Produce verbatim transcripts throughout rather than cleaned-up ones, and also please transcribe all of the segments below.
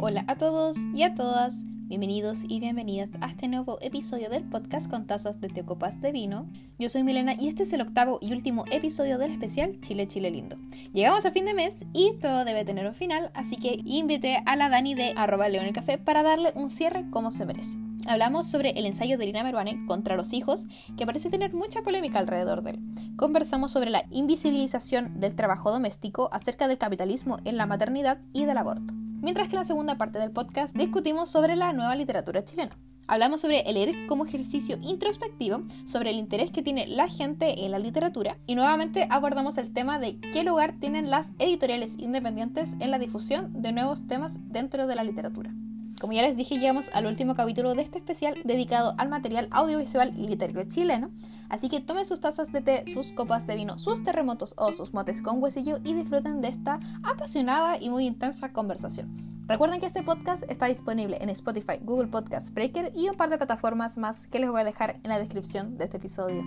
Hola a todos y a todas, bienvenidos y bienvenidas a este nuevo episodio del podcast con tazas de té o copas de vino. Yo soy Milena y este es el octavo y último episodio del especial Chile Chile Lindo. Llegamos a fin de mes y todo debe tener un final, así que invité a la Dani de arroba León el Café para darle un cierre como se merece. Hablamos sobre el ensayo de Lina Meruane contra los hijos, que parece tener mucha polémica alrededor de él. Conversamos sobre la invisibilización del trabajo doméstico, acerca del capitalismo en la maternidad y del aborto. Mientras que en la segunda parte del podcast discutimos sobre la nueva literatura chilena. Hablamos sobre el leer como ejercicio introspectivo, sobre el interés que tiene la gente en la literatura y nuevamente abordamos el tema de qué lugar tienen las editoriales independientes en la difusión de nuevos temas dentro de la literatura. Como ya les dije, llegamos al último capítulo de este especial dedicado al material audiovisual y literario chileno, así que tomen sus tazas de té, sus copas de vino, sus terremotos o sus motes con huesillo y disfruten de esta apasionada y muy intensa conversación. Recuerden que este podcast está disponible en Spotify, Google Podcast, Breaker y un par de plataformas más que les voy a dejar en la descripción de este episodio.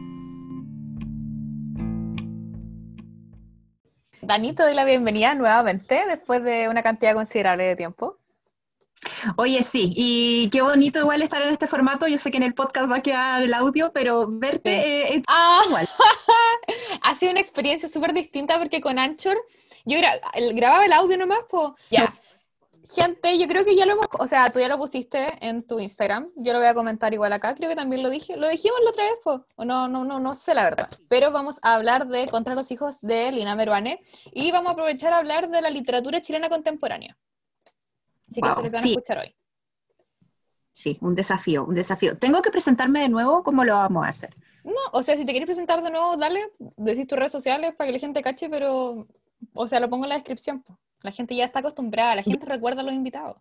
Dani, te doy la bienvenida nuevamente después de una cantidad considerable de tiempo. Oye, sí, y qué bonito igual estar en este formato. Yo sé que en el podcast va a quedar el audio, pero verte Sí. eh, es Ah, igual. ha sido una experiencia súper distinta porque con Anchor yo gra- el- grababa el audio nomás, pues ya. Gente, yo creo que ya lo hemos, o sea, tú ya lo pusiste en tu Instagram, yo lo voy a comentar igual acá, creo que también lo dije, lo dijimos la otra vez, pues, o no, no, no, no sé la verdad, pero vamos a hablar de Contra los hijos de Lina Meruane y vamos a aprovechar a hablar de la literatura chilena contemporánea. Así que eso es Wow, lo que van a sí, escuchar hoy. sí, un desafío, un desafío. ¿Tengo que presentarme de nuevo? ¿Cómo lo vamos a hacer? No, o sea, si te quieres presentar de nuevo, dale, decís tus redes sociales para que la gente cache, pero, o sea, lo pongo en la descripción, pues. La gente ya está acostumbrada, la gente recuerda a los invitados.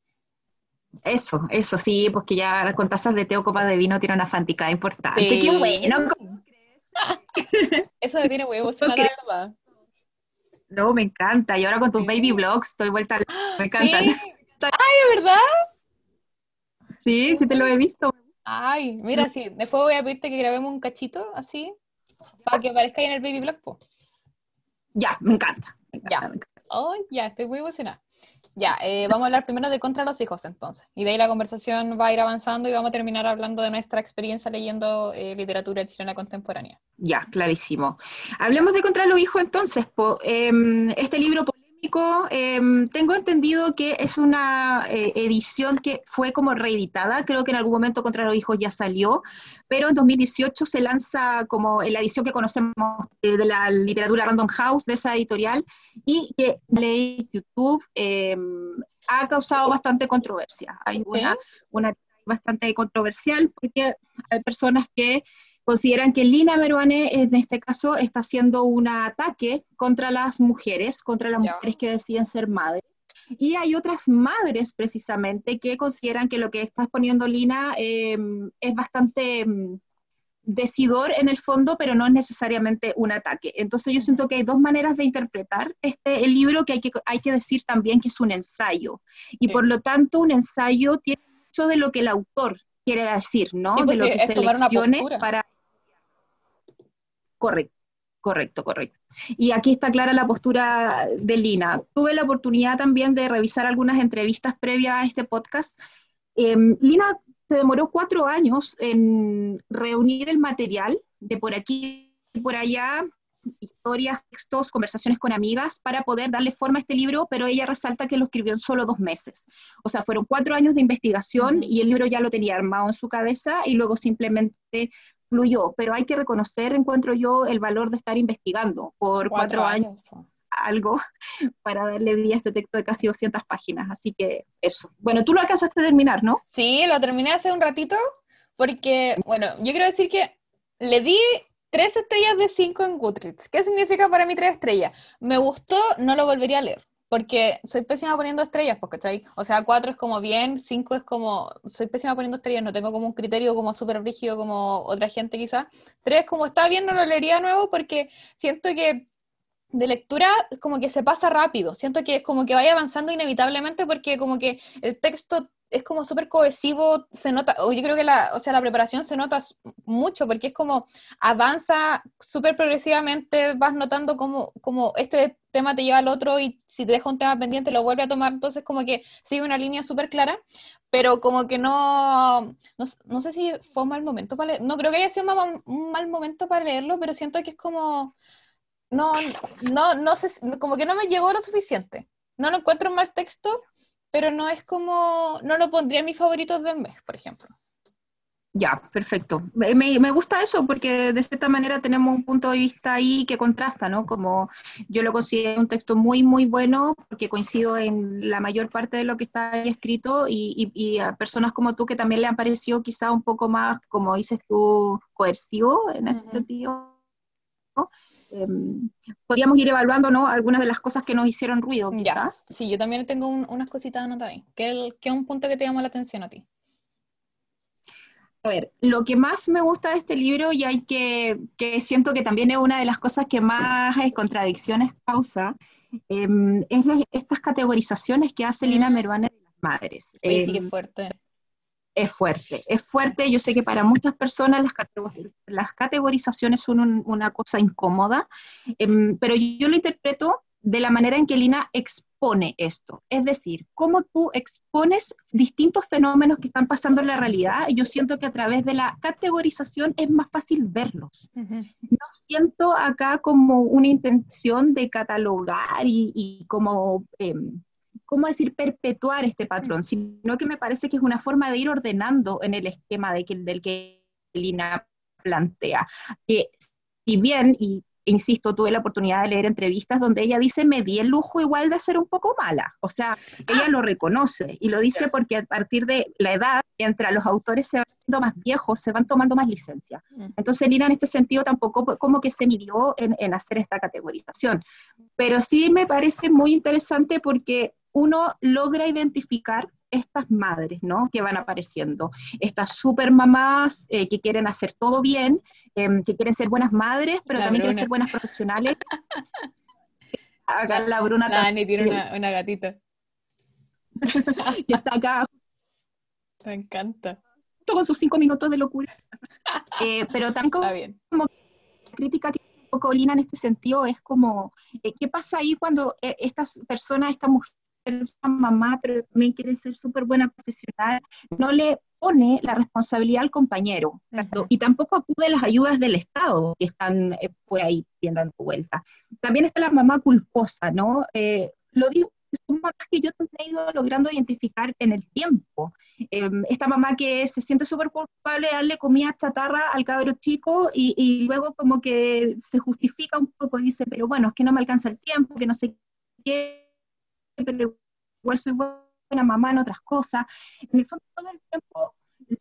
Eso, eso sí, porque ya con tazas de té o copas de vino tiene una fanaticada importante. ¡Qué Sí. bueno! ¿Cómo crees? Eso me tiene muy ¿Cómo emocionada, crees? la verdad. No, me encanta. Y ahora con tus baby Sí. blogs estoy vuelta loca. Me encantan. Sí. Ay, ¿de verdad? Sí, sí te lo he visto. Ay, mira, sí, después voy a pedirte que grabemos un cachito, así, para que aparezca ahí en el Baby Blog, po. Ya, me encanta. Me encanta, Ya. me encanta. Ay, ya, estoy muy emocionada. Ya, eh, vamos a hablar primero de Contra los hijos, entonces. Y de ahí la conversación va a ir avanzando y vamos a terminar hablando de nuestra experiencia leyendo eh, literatura chilena contemporánea. Ya, clarísimo. Hablemos de Contra los hijos entonces. Po. Em, este libro polémico, em, tengo entendido que es una eh, edición que fue como reeditada. Creo que en algún momento Contra los hijos ya salió, pero en dos mil dieciocho se lanza como en la edición que conocemos eh, de la literatura Random House, de esa editorial, y que leí YouTube em, ha causado bastante controversia. Hay ¿Sí? una, una bastante controversial porque hay personas que consideran que Lina Meruane, en este caso, está haciendo un ataque contra las mujeres, contra las Ya. mujeres que deciden ser madres. Y hay otras madres, precisamente, que consideran que lo que está exponiendo Lina eh, es bastante eh, decidor en el fondo, pero no es necesariamente un ataque. Entonces yo siento que hay dos maneras de interpretar este el libro, que hay, que hay que decir también que es un ensayo. Y Sí. por lo tanto, un ensayo tiene mucho de lo que el autor quiere decir, Sí, ¿no? De pues sí, lo que es tomar una seleccione postura. para. Correcto, correcto, correcto. Y aquí está clara la postura de Lina. Tuve la oportunidad también de revisar algunas entrevistas previas a este podcast. Eh, Lina se demoró cuatro años en reunir el material de por aquí y por allá, historias, textos, conversaciones con amigas, para poder darle forma a este libro, pero ella resalta que lo escribió en solo dos meses. O sea, fueron cuatro años de investigación Uh-huh. y el libro ya lo tenía armado en su cabeza y luego simplemente fluyó. Pero hay que reconocer, encuentro yo, el valor de estar investigando por Cuatro cuatro años años, po. algo para darle vida a este texto de casi doscientas páginas. Así que eso. Bueno, tú lo alcanzaste a terminar, ¿no? Sí, lo terminé hace un ratito porque, bueno, yo quiero decir que le di tres estrellas de cinco en Goodreads. ¿Qué significa para mí tres estrellas? Me gustó, no lo volvería a leer, porque soy pésima poniendo estrellas, pues, ¿cachai? O sea, cuatro es como bien, cinco es como, soy pésima poniendo estrellas, no tengo como un criterio como súper rígido como otra gente quizá. Tres, como está bien, no lo leería de nuevo porque siento que de lectura como que se pasa rápido, siento que es como que vaya avanzando inevitablemente porque como que el texto es como súper cohesivo, se nota, o yo creo que la, o sea, la preparación se nota mucho, porque es como avanza súper progresivamente, vas notando como, como este tema te lleva al otro, y si te deja un tema pendiente lo vuelve a tomar, entonces como que sigue una línea súper clara, pero como que no, no, no sé si fue un mal momento para leer, no creo que haya sido un mal, un mal momento para leerlo, pero siento que es como, no, no, no sé, como que no me llegó lo suficiente, no lo encuentro un mal texto, pero no es como, no lo pondría en mis favoritos del mes, por ejemplo. Ya, perfecto. Me, me- me gusta eso porque de cierta manera tenemos un punto de vista ahí que contrasta, ¿no? Como yo lo considero un texto muy, muy bueno porque coincido en la mayor parte de lo que está ahí escrito y, y- y a personas como tú que también le han parecido quizá un poco más, como dices tú, coercivo en ese Ujú. sentido, ¿no? Em, podríamos ir evaluando, ¿no? Algunas de las cosas que nos hicieron ruido, Ya, quizá. sí, yo también tengo un- unas cositas anotadas ahí. ¿Qué, el- qué es un punto que te llamó la atención a ti? A ver, lo que más me gusta de este libro y hay que, que siento que también es una de las cosas que más eh, contradicciones causa, em, es la- estas categorizaciones que hace Lina Mm, Meruane de las madres. oye, sí que es Em, fuerte. es fuerte, es fuerte. Yo sé que para muchas personas las, categoriz- las categorizaciones son un- una cosa incómoda, em, pero yo lo interpreto de la manera en que Lina expone esto. Es decir, cómo tú expones distintos fenómenos que están pasando en la realidad. Yo siento que a través de la categorización es más fácil verlos. Ujú. No siento acá como una intención de catalogar y, y como, eh, ¿cómo decir?, perpetuar este patrón, sino que me parece que es una forma de ir ordenando en el esquema de que, del que Lina plantea. Que si bien, y insisto, tuve la oportunidad de leer entrevistas donde ella dice, me di el lujo igual de ser un poco mala. O sea, ella lo reconoce y lo dice porque a partir de la edad, mientras los autores se van haciendo más viejos, se van tomando más licencia. Mm. Entonces, Lina en este sentido tampoco como que se midió en, en hacer esta categorización. Pero sí me parece muy interesante porque uno logra identificar estas madres, ¿no? Que van apareciendo, estas super mamás eh, que quieren hacer todo bien, eh, que quieren ser buenas madres, pero La también quieren ser Bruna. buenas profesionales. Acá La, la Bruna la Ani tiene también, una, una gatita. que está acá Me encanta. justo con sus cinco minutos de locura. Eh, pero también Está como bien. crítica que hace un poco Lina en este sentido es como, eh, ¿qué pasa ahí cuando eh, estas personas, esta mujer, es mamá, pero también quiere ser súper buena profesional, no le pone la responsabilidad al compañero, ¿cierto? Ujú. Y tampoco acude a las ayudas del Estado que están eh, por ahí bien dando vuelta. También está la mamá culposa, ¿no? Eh, lo digo, son mamás que yo también he ido logrando identificar en el tiempo. Eh, esta mamá que se siente súper culpable de darle comida chatarra al cabro chico y, y luego como que se justifica un poco y dice, pero bueno, es que no me alcanza el tiempo, que no sé qué, pero igual soy buena mamá en otras cosas. En el fondo todo el tiempo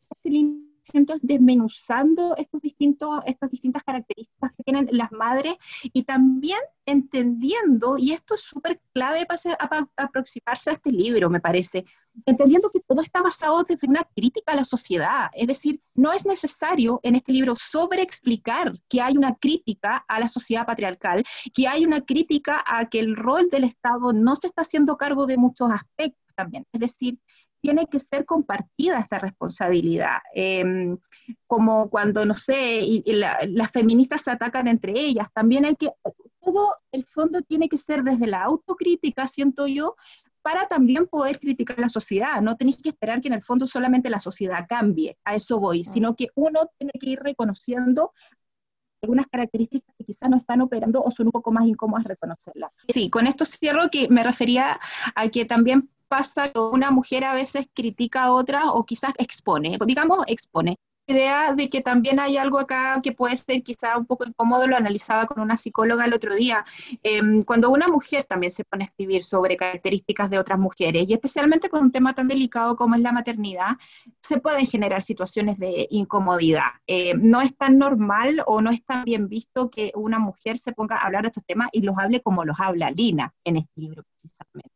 siento es desmenuzando estos distintos, estas distintas características que tienen las madres y también entendiendo, y esto es súper clave para, para aproximarse a este libro, me parece, entendiendo que todo está basado desde una crítica a la sociedad. Es decir, no es necesario en este libro sobreexplicar que hay una crítica a la sociedad patriarcal, que hay una crítica a que el rol del Estado no se está haciendo cargo de muchos aspectos también. Es decir, tiene que ser compartida esta responsabilidad. Eh, como cuando, no sé, y, y la, las feministas se atacan entre ellas, también hay que, todo el fondo tiene que ser desde la autocrítica, siento yo, para también poder criticar la sociedad. No tenéis que esperar que en el fondo solamente la sociedad cambie, a eso voy, sino que uno tiene que ir reconociendo algunas características que quizás no están operando o son un poco más incómodas reconocerlas. Sí, con esto cierro que me refería a que también pasa que una mujer a veces critica a otra o quizás expone, digamos expone. La idea de que también hay algo acá que puede ser quizá un poco incómodo, lo analizaba con una psicóloga el otro día, eh, cuando una mujer también se pone a escribir sobre características de otras mujeres, y especialmente con un tema tan delicado como es la maternidad, se pueden generar situaciones de incomodidad. Eh, no es tan normal o no es tan bien visto que una mujer se ponga a hablar de estos temas y los hable como los habla Lina en este libro precisamente.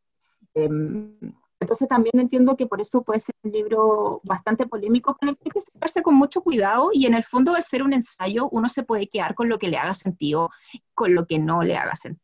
Eh, entonces también entiendo que por eso puede ser un libro bastante polémico con el que hay que acercarse con mucho cuidado y en el fondo al ser un ensayo uno se puede quedar con lo que le haga sentido, con lo que no le haga sentido.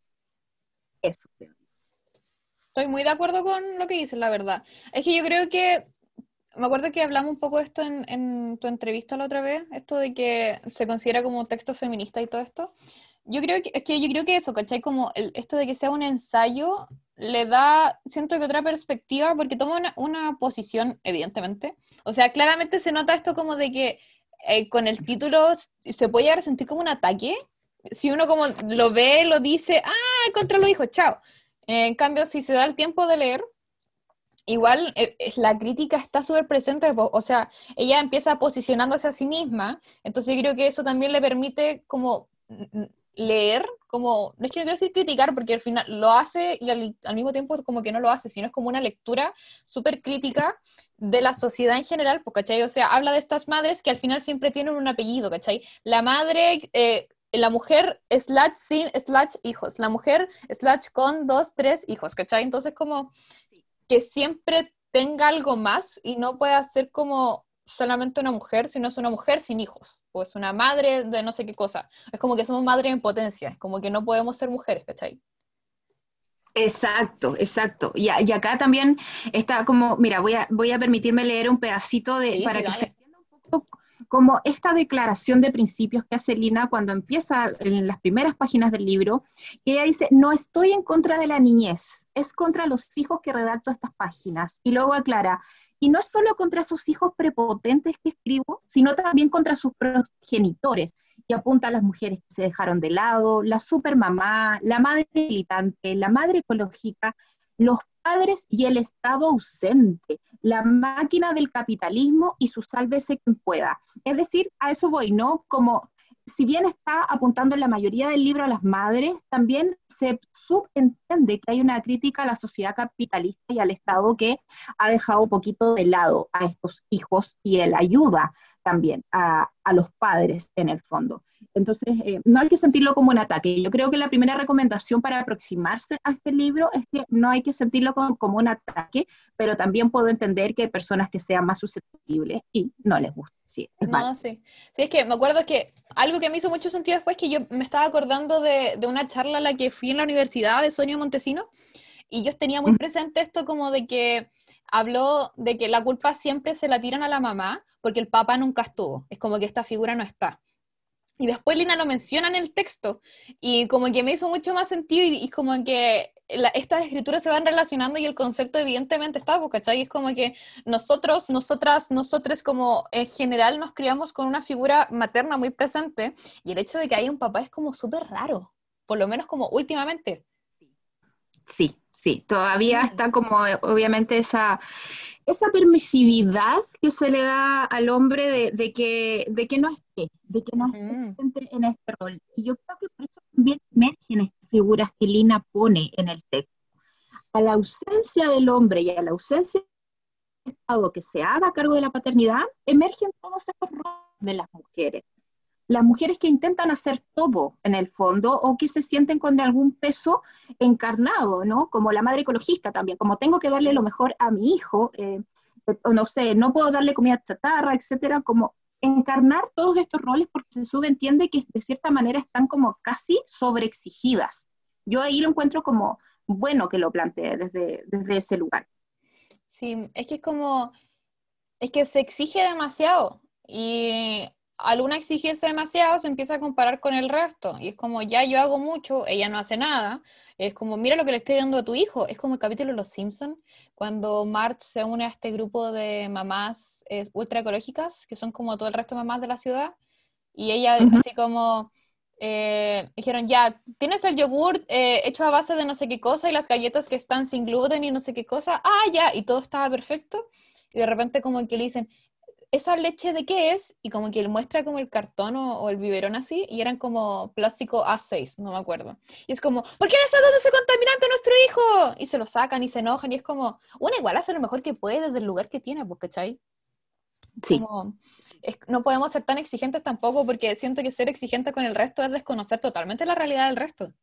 Eso creo. Estoy muy de acuerdo con lo que dices, la verdad. Es que yo creo que me acuerdo que hablamos un poco de esto en, en tu entrevista la otra vez, esto de que se considera como texto feminista y todo esto. Yo creo que, es que yo creo que eso, ¿cachai? Como el, esto de que sea un ensayo le da, siento que otra perspectiva, porque toma una, una posición, evidentemente. O sea, claramente se nota esto como de que eh, con el título se puede llegar a sentir como un ataque. Si uno como lo ve, lo dice, ah, contra los hijos, chao. Eh, en cambio, si se da el tiempo de leer, igual eh, eh, la crítica está súper presente, po- o sea, ella empieza posicionándose a sí misma, entonces yo creo que eso también le permite como mm, mm, leer, como, no es que no quiero decir criticar, porque al final lo hace y al, al mismo tiempo como que no lo hace, sino es como una lectura súper crítica de la sociedad en general, po, ¿cachai? O sea, habla de estas madres que al final siempre tienen un apellido, ¿cachai? La madre... eh, la mujer slash sin slash hijos, la mujer slash con dos, tres hijos, ¿cachai? Entonces como que siempre tenga algo más y no pueda ser como solamente una mujer, sino es una mujer sin hijos, o es una madre de no sé qué cosa. Es como que somos madres en potencia, es como que no podemos ser mujeres, ¿cachai? Exacto, exacto. Y, a- y acá también está como, mira, voy a, voy a permitirme leer un pedacito de, Sí, sí, para que se dale. entienda un poco como esta declaración de principios que hace Lina cuando empieza en las primeras páginas del libro, que ella dice, no estoy en contra de la niñez, es contra los hijos que redacto estas páginas. Y luego aclara, y no es solo contra esos hijos prepotentes que escribo, sino también contra sus progenitores y apunta a las mujeres que se dejaron de lado, la supermamá, la madre militante, la madre ecológica, los padres y el Estado ausente, la máquina del capitalismo y su sálvese quien pueda. Es decir, a eso voy, ¿no? Como si bien está apuntando en la mayoría del libro a las madres, también se subentiende que hay una crítica a la sociedad capitalista y al Estado que ha dejado un poquito de lado a estos hijos y él ayuda también a, a los padres en el fondo. Entonces, eh, no hay que sentirlo como un ataque. Yo creo que la primera recomendación para aproximarse a este libro es que no hay que sentirlo como, como un ataque, pero también puedo entender que hay personas que sean más susceptibles y no les gusta. Sí, es No, válido. sí. Sí, es que me acuerdo que algo que me hizo mucho sentido después, que yo me estaba acordando de, de una charla a la que fui en la universidad de Sonia Montesino, y yo tenía muy presente esto como de que habló de que la culpa siempre se la tiran a la mamá porque el papá nunca estuvo, es como que esta figura no está. Y después Lina lo menciona en el texto y como que me hizo mucho más sentido y, y como que la- estas escrituras se van relacionando y el concepto evidentemente está, pues, ¿cachai? Es como que nosotros, nosotras, nosotros como en general nos criamos con una figura materna muy presente y el hecho de que haya un papá es como súper raro, por lo menos como últimamente. Sí, sí, todavía Mm, está como eh, obviamente esa, esa permisividad que se le da al hombre de, de que, de que no esté, de que no esté ujú. presente en este rol. Y yo creo que por eso también emergen estas figuras que Lina pone en el texto. A la ausencia del hombre y a la ausencia del Estado que se haga cargo de la paternidad, emergen todos estos roles de las mujeres. Las mujeres que intentan hacer todo en el fondo o que se sienten con algún peso encarnado, ¿no? Como la madre ecologista también, como tengo que darle lo Sí. mejor a mi hijo, eh, o no sé, no puedo darle comida chatarra, etcétera, como encarnar todos estos roles porque se subentiende que de cierta manera están como casi sobreexigidas. Yo ahí lo encuentro como bueno que lo plantee desde, desde ese lugar. Sí, es que es como, es que se exige demasiado y al una exigirse demasiado se empieza a comparar con el resto y es como ya yo hago mucho, ella no hace nada, es como mira lo que le estoy dando a tu hijo, es como el capítulo de Los Simpson cuando Marge se une a este grupo de mamás eh, ultra ecológicas que son como todo el resto de mamás de la ciudad y ella Ujú. así como eh, dijeron ya, tienes el yogur eh, hecho a base de no sé qué cosa y las galletas que están sin gluten y no sé qué cosa, ah ya, y todo estaba perfecto y de repente como que le dicen, ¿esa leche de qué es? Y como que él muestra como el cartón o, o el biberón así, y eran como plástico A seis, no me acuerdo. Y es como, ¿por qué le está dando ese contaminante a nuestro hijo? Y se lo sacan y se enojan, y es como, uno igual hace lo mejor que puede desde el lugar que tiene, pues, ¿cachai? Sí, Como, sí. es- no podemos ser tan exigentes tampoco, porque siento que ser exigente con el resto es desconocer totalmente la realidad del resto.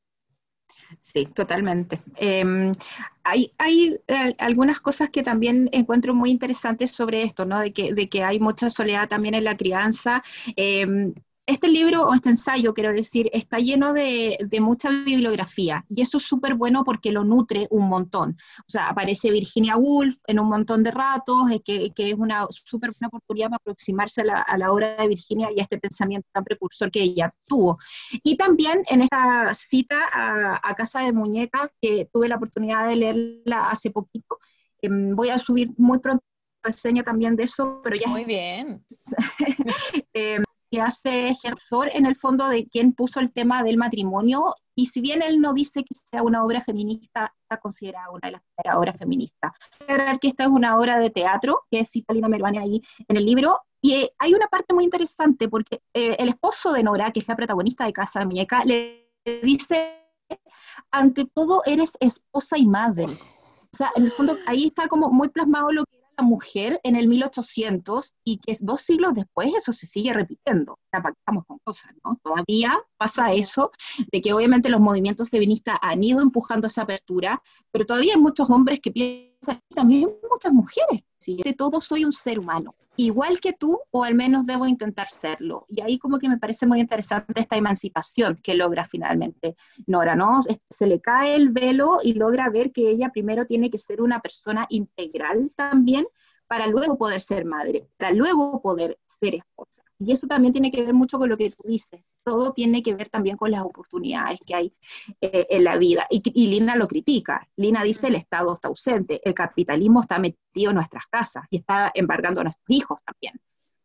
Sí, totalmente. Eh, hay hay eh, algunas cosas que también encuentro muy interesantes sobre esto, ¿no? De que, de que hay mucha soledad también en la crianza. Eh, este libro, o este ensayo, quiero decir, está lleno de, de mucha bibliografía, y eso es súper bueno porque lo nutre un montón. O sea, aparece Virginia Woolf en un montón de ratos, eh, que, que es una súper buena oportunidad para aproximarse a la, a la obra de Virginia y a este pensamiento tan precursor que ella tuvo. Y también en esta cita a, a Casa de Muñecas, que tuve la oportunidad de leerla hace poquito, eh, voy a subir muy pronto reseña también de eso, pero ya Muy bien. eh, que hace Herzog en el fondo de quien puso el tema del matrimonio, y si bien él no dice que sea una obra feminista, está considerada una de las primeras obras feministas. Aclarar que esta es una obra de teatro, que cita Lina Meruane ahí en el libro, y eh, hay una parte muy interesante, porque eh, el esposo de Nora, que es la protagonista de Casa de Muñeca, le dice, ante todo eres esposa y madre. O sea, en el fondo ahí está como muy plasmado lo que era la mujer en el mil ochocientos, y que dos siglos después eso se sigue repitiendo. O sea, para que estamos con cosas, ¿no? Todavía pasa eso, de que obviamente los movimientos feministas han ido empujando esa apertura, pero todavía hay muchos hombres que piensan, y también muchas mujeres, ¿sí? De todo soy un ser humano, igual que tú, o al menos debo intentar serlo. Y ahí como que me parece muy interesante esta emancipación que logra finalmente Nora, ¿no? Se le cae el velo y logra ver que ella primero tiene que ser una persona integral también, para luego poder ser madre, para luego poder ser esposa. Y eso también tiene que ver mucho con lo que tú dices. Todo tiene que ver también con las oportunidades que hay eh, en la vida. Y, y Lina lo critica. Lina dice, el Estado está ausente, el capitalismo está metido en nuestras casas y está embargando a nuestros hijos también.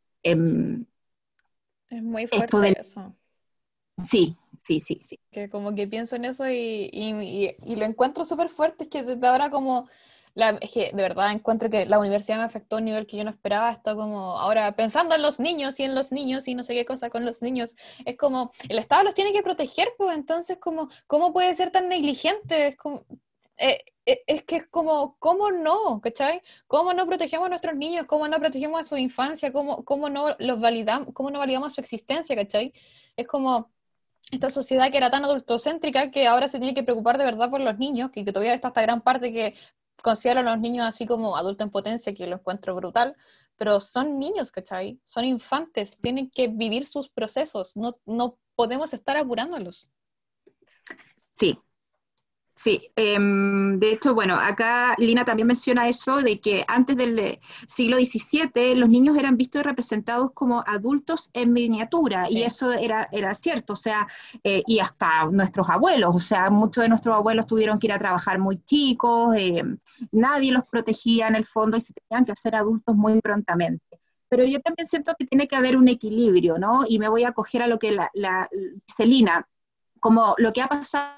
Eh, Es muy esto del... fuerte eso. Sí, sí, sí, sí. Que como que pienso en eso y, y, y, y lo encuentro súper fuerte. Es que desde ahora como... La, es que de verdad encuentro que la universidad me afectó a un nivel que yo no esperaba. Estoy como ahora pensando en los niños y en los niños y no sé qué cosa con los niños. Es como, el Estado los tiene que proteger, pues entonces como, ¿cómo puede ser tan negligente? Es como... Eh, eh, es que es como, ¿cómo no? ¿Cachai? ¿Cómo no protegemos a nuestros niños? ¿Cómo no protegemos a su infancia? ¿Cómo, cómo no los validamos? ¿Cómo no validamos su existencia? ¿Cachai? Es como esta sociedad que era tan adultocéntrica que ahora se tiene que preocupar de verdad por los niños, que, que todavía está esta gran parte que considera a los niños así como adultos en potencia, que lo encuentro brutal, pero son niños, ¿cachai? Son infantes, tienen que vivir sus procesos, no, no podemos estar apurándolos. Sí, sí, eh, de hecho, bueno, acá Lina también menciona eso de que antes del eh, siglo diecisiete los niños eran vistos y representados como adultos en miniatura, y Sí. eso era, era cierto, o sea, eh, y hasta nuestros abuelos, o sea, muchos de nuestros abuelos tuvieron que ir a trabajar muy chicos, eh, nadie los protegía en el fondo y se tenían que hacer adultos muy prontamente. Pero yo también siento que tiene que haber un equilibrio, ¿no? Y me voy a acoger a lo que la, la, dice Lina, como lo que ha pasado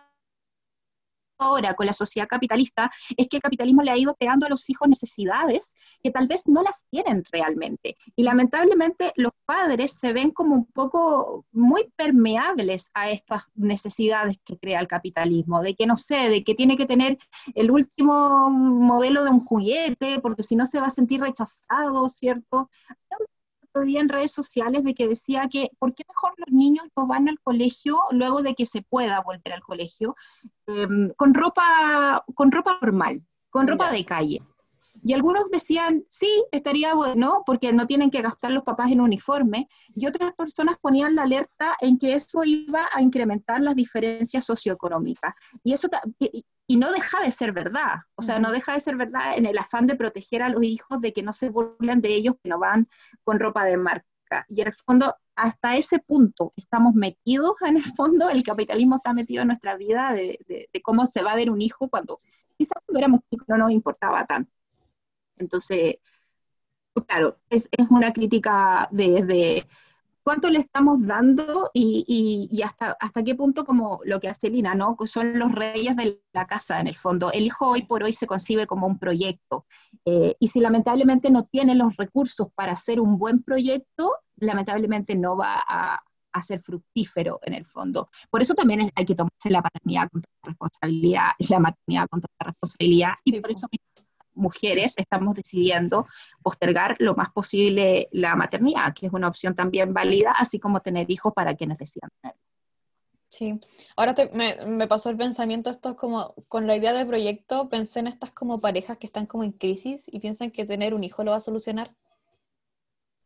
ahora con la sociedad capitalista, es que el capitalismo le ha ido creando a los hijos necesidades que tal vez no las tienen realmente. Y lamentablemente los padres se ven como un poco muy permeables a estas necesidades que crea el capitalismo, de que no sé, de que tiene que tener el último modelo de un juguete, porque si no se va a sentir rechazado, ¿cierto? Día en redes sociales de que decía que ¿por qué mejor los niños no van al colegio luego de que se pueda volver al colegio eh, con ropa con ropa normal, con ropa Ya. de calle? Y algunos decían, sí, estaría bueno, porque no tienen que gastar los papás en uniforme, y otras personas ponían la alerta en que eso iba a incrementar las diferencias socioeconómicas. Y eso y, y no deja de ser verdad, o sea, Uh-huh. no deja de ser verdad en el afán de proteger a los hijos, de que no se burlen de ellos, que no van con ropa de marca. Y en el fondo, hasta ese punto estamos metidos, en el fondo, el capitalismo está metido en nuestra vida, de, de, de cómo se va a ver un hijo cuando, quizás cuando éramos chicos no nos importaba tanto. Entonces, claro, es, es una crítica desde de cuánto le estamos dando y, y, y, hasta, hasta qué punto, como lo que hace Lina, ¿no? Son los reyes de la casa, en el fondo. El hijo hoy por hoy se concibe como un proyecto. Eh, y si lamentablemente no tiene los recursos para hacer un buen proyecto, lamentablemente no va a, a ser fructífero en el fondo. Por eso también hay que tomarse la paternidad con toda responsabilidad y la maternidad con toda responsabilidad. Y Sí, por po. eso mujeres estamos decidiendo postergar lo más posible la maternidad, que es una opción también válida, así como tener hijos para quienes decidan tener. Sí, ahora te- me, me pasó el pensamiento, esto es como, con la idea de proyecto, pensé en estas como parejas que están como en crisis y piensan que tener un hijo lo va a solucionar.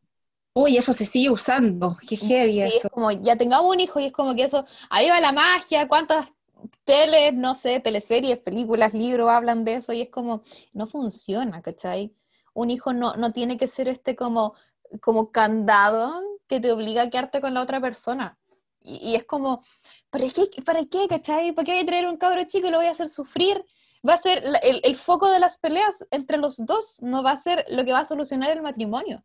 Uy, eso se sigue usando, qué heavy Sí, es eso. como, ya tengamos un hijo y es como que eso, ahí va la magia, cuántas teles, no sé, teleseries, películas, libros hablan de eso y es como, no funciona, ¿cachai? Un hijo no, no tiene que ser este como, como candado que te obliga a quedarte con la otra persona. Y, y es como, ¿para qué, para qué, cachai? ¿Para qué voy a traer un cabro chico y lo voy a hacer sufrir? Va a ser la- el, el foco de las peleas entre los dos, no va a ser lo que va a solucionar el matrimonio.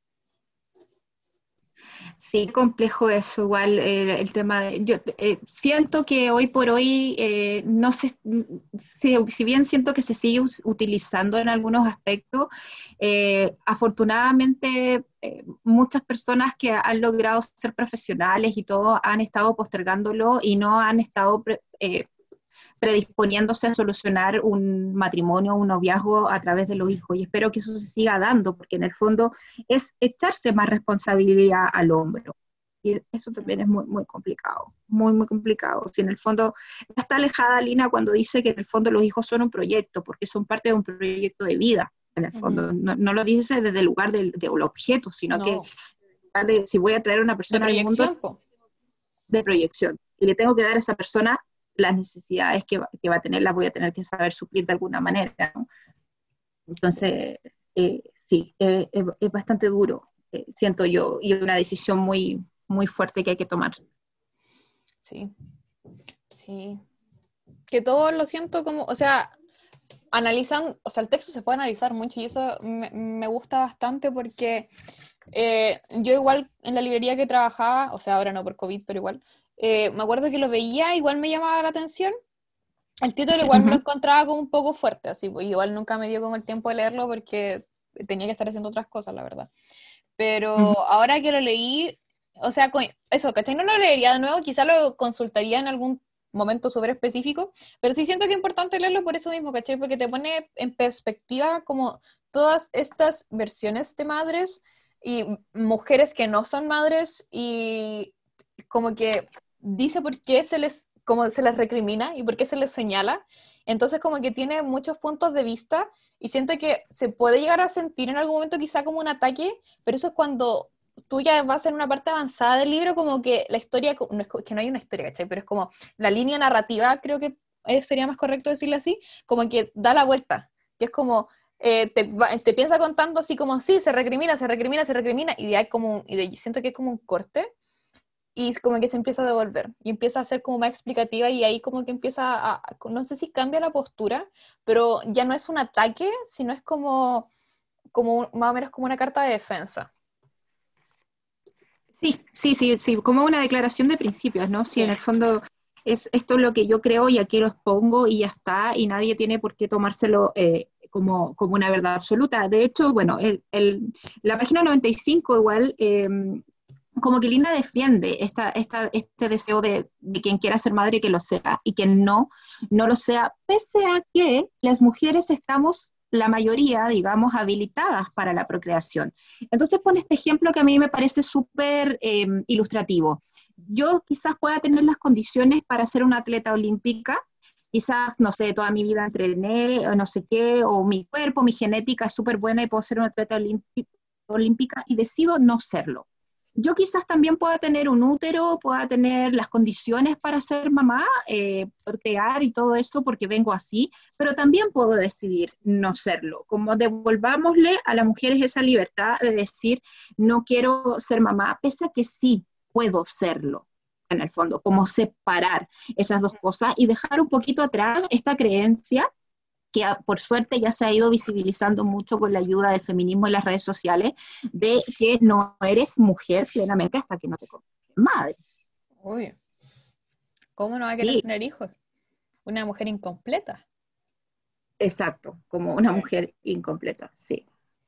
Sí, complejo eso, igual eh, el tema de, yo eh, siento que hoy por hoy eh, no sé, si, si bien siento que se sigue us- utilizando en algunos aspectos, eh, afortunadamente eh, muchas personas que han logrado ser profesionales y todo han estado postergándolo y no han estado pre- eh, predisponiéndose a solucionar un matrimonio, un noviazgo a través de los hijos. Y espero que eso se siga dando, porque en el fondo es echarse más responsabilidad al hombro. Y eso también es muy, muy complicado, muy, muy complicado. Si en el fondo no está alejada Lina cuando dice que en el fondo los hijos son un proyecto, porque son parte de un proyecto de vida, en el Ujú. fondo. No, no lo dice desde el lugar del, del objeto, sino que No, de, si voy a traer a una de persona al mundo, proyección, po. de proyección. Y le tengo que dar a esa persona las necesidades que va, que va a tener, las voy a tener que saber suplir de alguna manera, ¿no? Entonces, eh, sí, eh, es, es bastante duro, eh, siento yo, y una decisión muy, muy fuerte que hay que tomar. Sí, sí. Que todo lo siento como, o sea, analizan, o sea, el texto se puede analizar mucho y eso me, me gusta bastante porque eh, yo igual en la librería que trabajaba, o sea, ahora no por COVID, pero igual, eh, me acuerdo que lo veía, igual me llamaba la atención. El título igual me lo Ujú, encontraba como un poco fuerte, así, pues igual nunca me dio como el tiempo de leerlo porque tenía que estar haciendo otras cosas, la verdad. ujú. Pero ahora que lo leí, o sea, co- eso, ¿cachai? No lo leería de nuevo, quizá lo consultaría en algún momento súper específico, pero sí siento que es importante leerlo por eso mismo, ¿cachai? Porque te pone en perspectiva como todas estas versiones de madres y mujeres que no son madres y como que dice por qué se les, como se les recrimina y por qué se les señala. Entonces como que tiene muchos puntos de vista y siento que se puede llegar a sentir en algún momento quizá como un ataque, pero eso es cuando tú ya vas en una parte avanzada del libro, como que la historia, no es que no hay una historia, ¿cachai? Pero es como la línea narrativa, creo que eh, sería más correcto decirlo así, como que da la vuelta, que es como, eh, te, va- te piensa contando así como, sí, se recrimina, se recrimina, se recrimina, y de ahí como, un- y de, siento que es como un corte, y como que se empieza a devolver, y empieza a ser como más explicativa, y ahí como que empieza a, a- no sé si cambia la postura, pero ya no es un ataque, sino es como, como un- más o menos como una carta de defensa. Sí, sí, sí, sí, como una declaración de principios, ¿no? Si en Sí. el fondo es esto es lo que yo creo y aquí lo expongo y ya está, y nadie tiene por qué tomárselo eh, como, como una verdad absoluta. De hecho, bueno, el, el- la página noventa y cinco igual, eh, como que Linda defiende esta, esta, este deseo de, de quien quiera ser madre que lo sea y quien no, no lo sea, pese a que las mujeres estamos, la mayoría, digamos, habilitadas para la procreación. Entonces pone este ejemplo que a mí me parece súper eh, ilustrativo. Yo quizás pueda tener las condiciones para ser una atleta olímpica, quizás, no sé, toda mi vida entrené, o no sé qué, o mi cuerpo, mi genética es súper buena y puedo ser una atleta olímpica y decido no serlo. Yo quizás también pueda tener un útero, pueda tener las condiciones para ser mamá, eh, crear y todo esto porque vengo así, pero también puedo decidir no serlo. Como devolvámosle a las mujeres esa libertad de decir, no quiero ser mamá, pese a que sí puedo serlo, en el fondo, como separar esas dos cosas y dejar un poquito atrás esta creencia que por suerte ya se ha ido visibilizando mucho con la ayuda del feminismo en las redes sociales, de que no eres mujer plenamente hasta que no te conviertes en madre. Uy, ¿cómo no va a querer Sí, tener hijos? Una mujer incompleta. exacto, como una Sí. mujer incompleta, sí.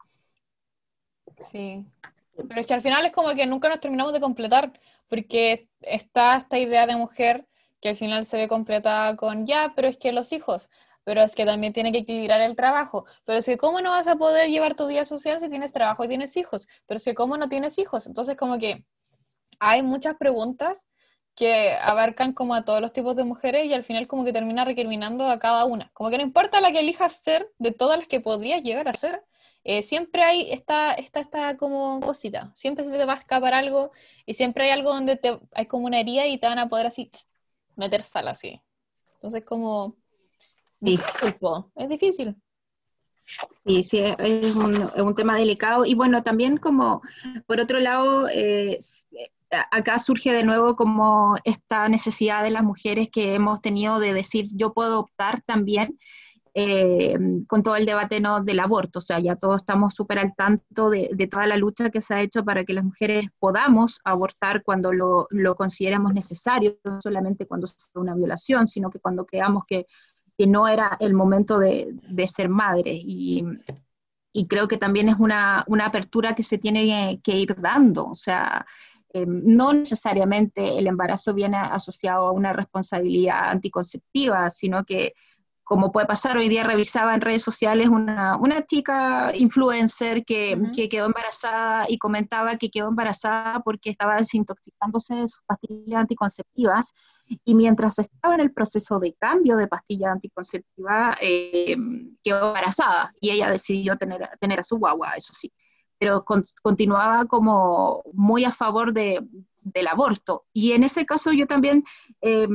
Sí. Pero es que al final es como que nunca nos terminamos de completar, porque está esta idea de mujer que al final se ve completada con ya, pero es que los hijos, pero es que también tiene que equilibrar el trabajo, pero es que cómo no vas a poder llevar tu vida social si tienes trabajo y tienes hijos, pero es que cómo no tienes hijos, entonces como que hay muchas preguntas que abarcan como a todos los tipos de mujeres y al final como que termina recriminando a cada una, como que no importa la que elijas ser, de todas las que podrías llegar a ser, eh, siempre hay esta, esta, esta como cosita, siempre se te va a escapar algo, y siempre hay algo donde te, hay como una herida y te van a poder así tss, meter sal así. Entonces como Sí. difícil, po, es difícil. Sí, sí, es es un, es un tema delicado. Y bueno, también como, por otro lado, eh, s- eh, acá surge de nuevo como esta necesidad de las mujeres que hemos tenido de decir, yo puedo optar también, eh, con todo el debate, ¿no?, del aborto. O sea, ya todos estamos súper al tanto de, de toda la lucha que se ha hecho para que las mujeres podamos abortar cuando lo, lo consideramos necesario, no solamente cuando se hace una violación, sino que cuando creamos que, que no era el momento de, de ser madre. Y, y creo que también es una, una apertura que se tiene que ir dando. O sea, eh, no necesariamente el embarazo viene asociado a una responsabilidad anticonceptiva, sino que, como puede pasar, hoy día revisaba en redes sociales una, una chica influencer que, Ujú. que quedó embarazada y comentaba que quedó embarazada porque estaba desintoxicándose de sus pastillas anticonceptivas, y mientras estaba en el proceso de cambio de pastilla anticonceptiva, eh, quedó embarazada y ella decidió tener, tener a su guagua, eso sí, pero con, continuaba como muy a favor de, del aborto. Y en ese caso yo también, eh,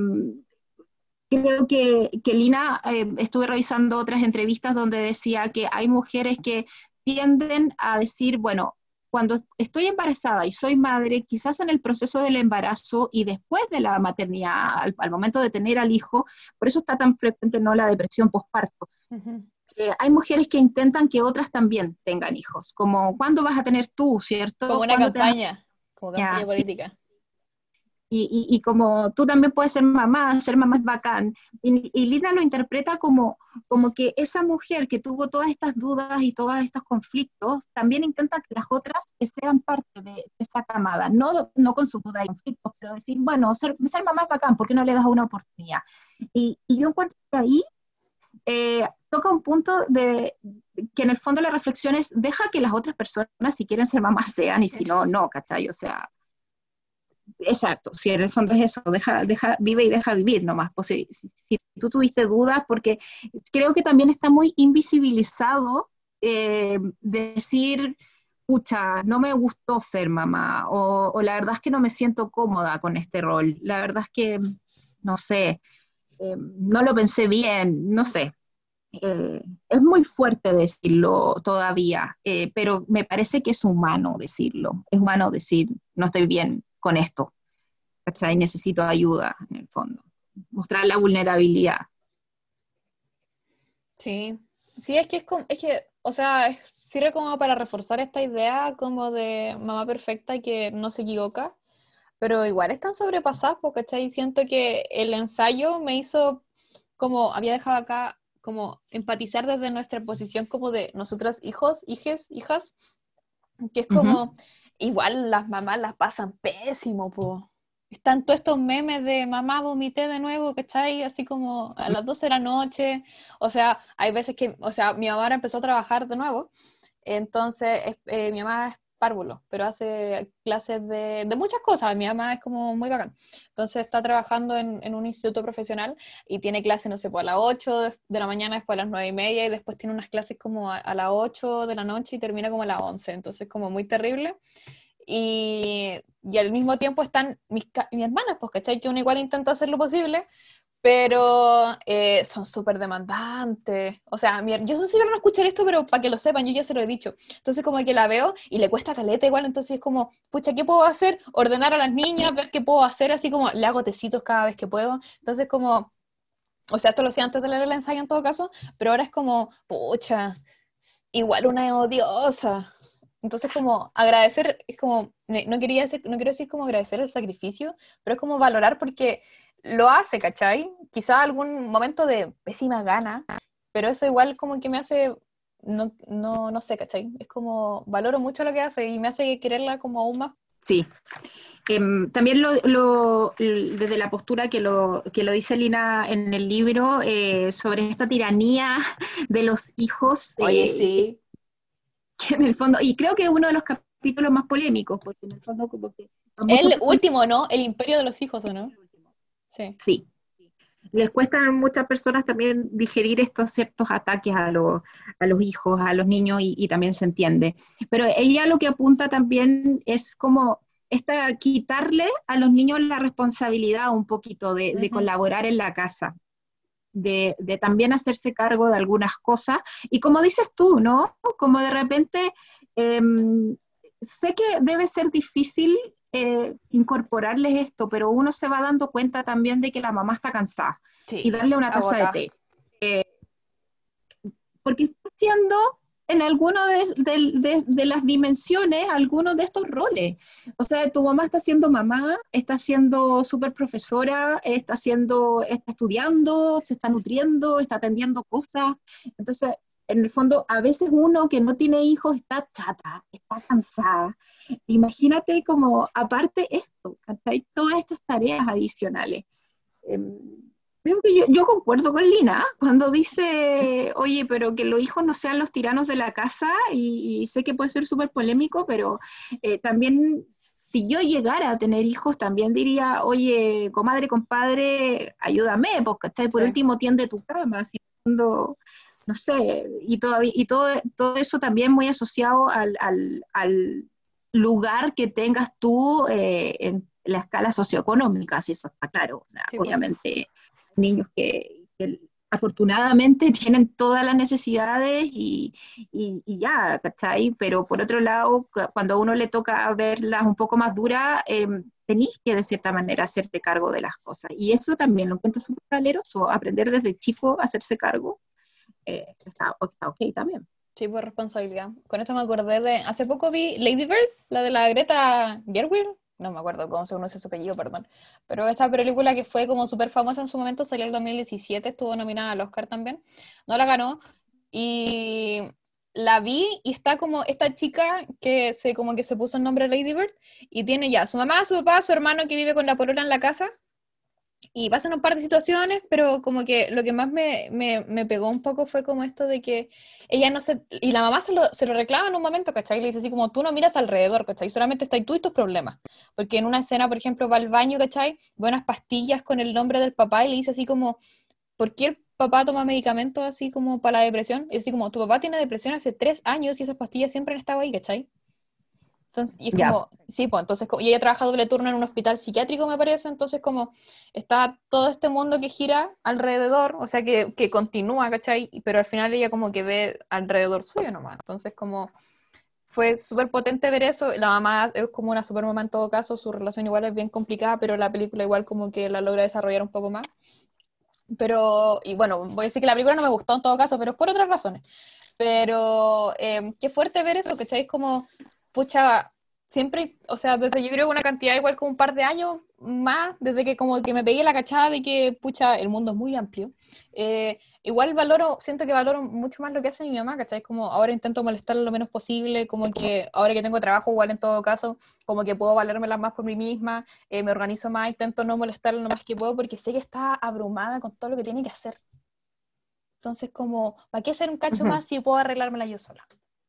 creo que, que Lina, eh, estuve revisando otras entrevistas donde decía que hay mujeres que tienden a decir, bueno, cuando estoy embarazada y soy madre, quizás en el proceso del embarazo y después de la maternidad, al, al momento de tener al hijo, por eso está tan frecuente, ¿no?, la depresión postparto. Ujú. Eh, hay mujeres que intentan que otras también tengan hijos, como ¿cuándo vas a tener tú, Como cierto? una ¿Cuándo te vas campaña, como a... campaña Sí, política. y, y, y como tú también puedes ser mamá, ser mamá es bacán. Y, y Lina lo interpreta como, como que esa mujer que tuvo todas estas dudas y todos estos conflictos, también intenta que las otras que sean parte de esa camada, no, no con sus dudas y conflictos, pero decir, bueno, ser, ser mamá es bacán, ¿por qué no le das una oportunidad? Y, y yo encuentro que ahí, eh, toca un punto de que en el fondo la reflexión es, deja que las otras personas, si quieren ser mamás, sean, y si no, no, ¿cachai? O sea, exacto, si en el fondo es eso, deja, deja, vive y deja vivir nomás. Pues si, si, si tú tuviste dudas, porque creo que también está muy invisibilizado, eh, decir, pucha, no me gustó ser mamá, o, o la verdad es que no me siento cómoda con este rol, la verdad es que, no sé, eh, no lo pensé bien, no sé. Eh, es muy fuerte decirlo todavía, eh, pero me parece que es humano decirlo, es humano decir, no estoy bien con esto, ¿cachai? Necesito ayuda, en el fondo. Mostrar la vulnerabilidad. Sí, sí, es que es como, es que, o sea, es- sirve como para reforzar esta idea como de mamá perfecta y que no se equivoca, pero igual están sobrepasadas, porque ¿cachai? Siento que el ensayo me hizo como, había dejado acá, como empatizar desde nuestra posición como de nosotras hijos, hijes, hijas, que es Ujú. como, igual las mamás las pasan pésimo, po. Están todos estos memes de mamá vomité de nuevo, ¿cachai? Así como a las doce de la noche. O sea, hay veces que, o sea, mi mamá ahora empezó a trabajar de nuevo, entonces es- eh, mi mamá es párvulo, pero hace clases de, de muchas cosas. Mi mamá es como muy bacán. Entonces está trabajando en, en un instituto profesional y tiene clases, no sé, pues a las ocho de, de la mañana, después a las nueve y media, y después tiene unas clases como a, a las ocho de la noche y termina como a las once. Entonces, como muy terrible. Y, y al mismo tiempo están mis, ca- mis hermanas, pues, ¿cachai? Que uno igual intenta hacer lo posible, pero eh, son súper demandantes. O sea, mi, yo no sé si van a escuchar esto, pero para que lo sepan, yo ya se lo he dicho. Entonces, como que la veo y le cuesta caleta igual, entonces es como, pucha, ¿qué puedo hacer? Ordenar a las niñas, ver qué puedo hacer, así como le hago tecitos cada vez que puedo. Entonces, como, o sea, esto lo hacía antes de leer el ensayo en todo caso, pero ahora es como, pucha, igual una es odiosa. Entonces, como agradecer, es como, me- no quería decir, no quiero decir como agradecer el sacrificio, pero es como valorar porque lo hace, ¿cachai? Quizá algún momento de pésima gana, pero eso igual como que me hace, no, no, no sé, ¿cachai? Es como, valoro mucho lo que hace y me hace quererla como aún más. Sí. Em, también lo, lo- l- desde la postura que lo, que lo dice Lina en el libro, eh, sobre esta tiranía de los hijos, Oye, eh, y que, sí. que en el fondo, y creo que es uno de los capítulos más polémicos, porque en el fondo como que a muchos El personas... último, ¿no? El imperio de los hijos, ¿o no? Sí. Sí. les cuesta a muchas personas también digerir estos ciertos ataques a, los a los hijos, a los niños, y, y también se entiende. Pero ella lo que apunta también es como esta, quitarle a los niños la responsabilidad un poquito de, de Ujú. colaborar en la casa. De, de también hacerse cargo de algunas cosas, y como dices tú, ¿no? Como de repente, eh, sé que debe ser difícil eh, incorporarles esto, pero uno se va dando cuenta también de que la mamá está cansada, y Sí, darle una taza de agotada. té, porque está haciendo en alguna de, de, de, de, las dimensiones algunos de estos roles. O sea, tu mamá está siendo mamá, está siendo súper profesora, está, siendo, está estudiando, se está nutriendo, está atendiendo cosas. Entonces, en el fondo, a veces uno que no tiene hijos está chata, está cansada. Imagínate como, aparte esto, ¿cachai? Todas estas tareas adicionales. Eh, Creo que yo, yo concuerdo con Lina cuando dice, oye, pero que los hijos no sean los tiranos de la casa, y, y sé que puede ser súper polémico, pero eh, también si yo llegara a tener hijos, también diría, oye, comadre, compadre, ayúdame, pues, ¿cachai? Por Sí. último, tiende tu cama, si no, no sé, y, todavía, y todo, todo eso también muy asociado al, al, al lugar que tengas tú eh, en la escala socioeconómica, si eso está claro. O sea, Sí, pues. obviamente niños que, que afortunadamente tienen todas las necesidades, y, y, y ya, ¿cachai? Pero por otro lado, cuando a uno le toca verlas un poco más duras, eh, tenés que de cierta manera hacerte cargo de las cosas. Y eso también lo encuentro súper valeroso, aprender desde chico a hacerse cargo, eh, está, está ok también. Sí, por responsabilidad. Con esto me acordé de. Hace poco vi Lady Bird, la de la Greta Gerwig. No me acuerdo cómo se pronuncia su apellido, perdón. Pero esta película que fue como súper famosa en su momento, salió en el dos mil diecisiete, estuvo nominada al Oscar también. No la ganó. Y la vi y está como esta chica que se como que se puso el nombre Lady Bird y tiene ya su mamá, su papá, su hermano que vive con la polola en la casa. Y pasan un par de situaciones, pero como que lo que más me, me, me pegó un poco fue como esto de que ella no se... Y la mamá se lo, se lo reclama en un momento, ¿cachai? Le dice así como, tú no miras alrededor, ¿cachai? Solamente estás tú y tus problemas. Porque en una escena, por ejemplo, va al baño, ¿cachai? Ve unas pastillas con el nombre del papá y le dice así como, ¿por qué el papá toma medicamentos así como para la depresión? Y así como, tu papá tiene depresión hace tres años y esas pastillas siempre han estado ahí, ¿cachai? Entonces, y es Ya, como, sí, pues entonces, co- y ella trabaja doble turno en un hospital psiquiátrico, me parece, entonces como está todo este mundo que gira alrededor, o sea, que, que continúa, ¿cachai? Y- Pero al final ella como que ve alrededor suyo nomás, entonces como fue súper potente ver eso, la mamá es como una super mamá en todo caso, su relación igual es bien complicada, pero la película igual como que la logra desarrollar un poco más, pero, y bueno, voy a decir que la película no me gustó en todo caso, pero es por otras razones. Pero eh, qué fuerte ver eso, ¿cachai? Es como, pucha, siempre, o sea, desde yo creo que una cantidad igual como un par de años más, desde que como que me pegué la cachada de que, pucha, el mundo es muy amplio. eh, igual valoro, siento que valoro mucho más lo que hace mi mamá, ¿cachai? Como ahora intento molestarla lo menos posible, como que ahora que tengo trabajo igual en todo caso, como que puedo valérmela más por mí misma, eh, me organizo más, intento no molestarla lo más que puedo porque sé que está abrumada con todo lo que tiene que hacer. Entonces, como, ¿para qué hacer un cacho uh-huh. más si puedo arreglármela yo sola?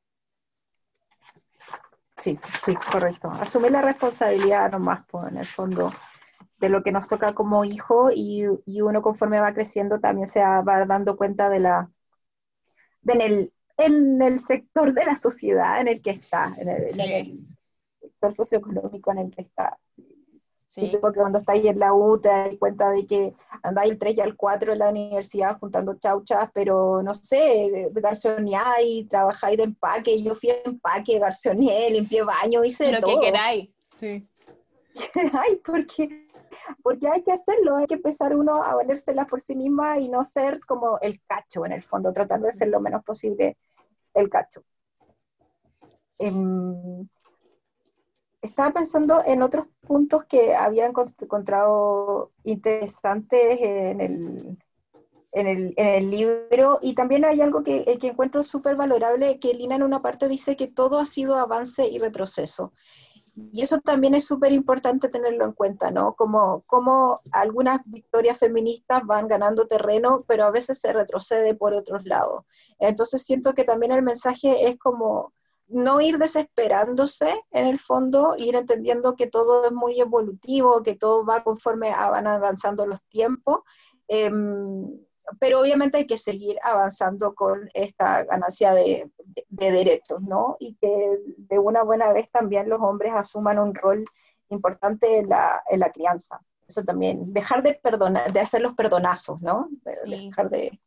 Sí, sí, correcto. Asumir la responsabilidad nomás, pues, en el fondo, de lo que nos toca como hijo, y, y uno conforme va creciendo también se va dando cuenta de la, de en, el, en el sector de la sociedad en el que está, en el, en Sí, el sector socioeconómico en el que está. sí, Típico que cuando estáis en la U te das cuenta de que andáis el tres y el cuatro en la universidad juntando chauchas, pero no sé, de, de garzoneáis, trabajáis de empaque, yo fui a empaque, garzoneé, limpié baño, hice de lo que todo. queráis. Sí. Ay, porque, porque hay que hacerlo, hay que empezar uno a valérsela por sí misma y no ser como el cacho en el fondo, tratar de ser lo menos posible el cacho. Sí. Um, Estaba pensando en otros puntos que había encontrado interesantes en el, en el, en el libro, y también hay algo que, que encuentro súper valorable, que Lina en una parte dice que todo ha sido avance y retroceso. Y eso también es súper importante tenerlo en cuenta, ¿no? Como, como algunas victorias feministas van ganando terreno, pero a veces se retrocede por otros lados. Entonces siento que también el mensaje es como no ir desesperándose en el fondo, ir entendiendo que todo es muy evolutivo, que todo va conforme van avanzando los tiempos, em, pero obviamente hay que seguir avanzando con esta ganancia de, de, de derechos, ¿no? Y que de una buena vez también los hombres asuman un rol importante en la, en la crianza. Eso también, dejar de perdonar, de hacer los perdonazos, ¿no? De, Sí. dejar de,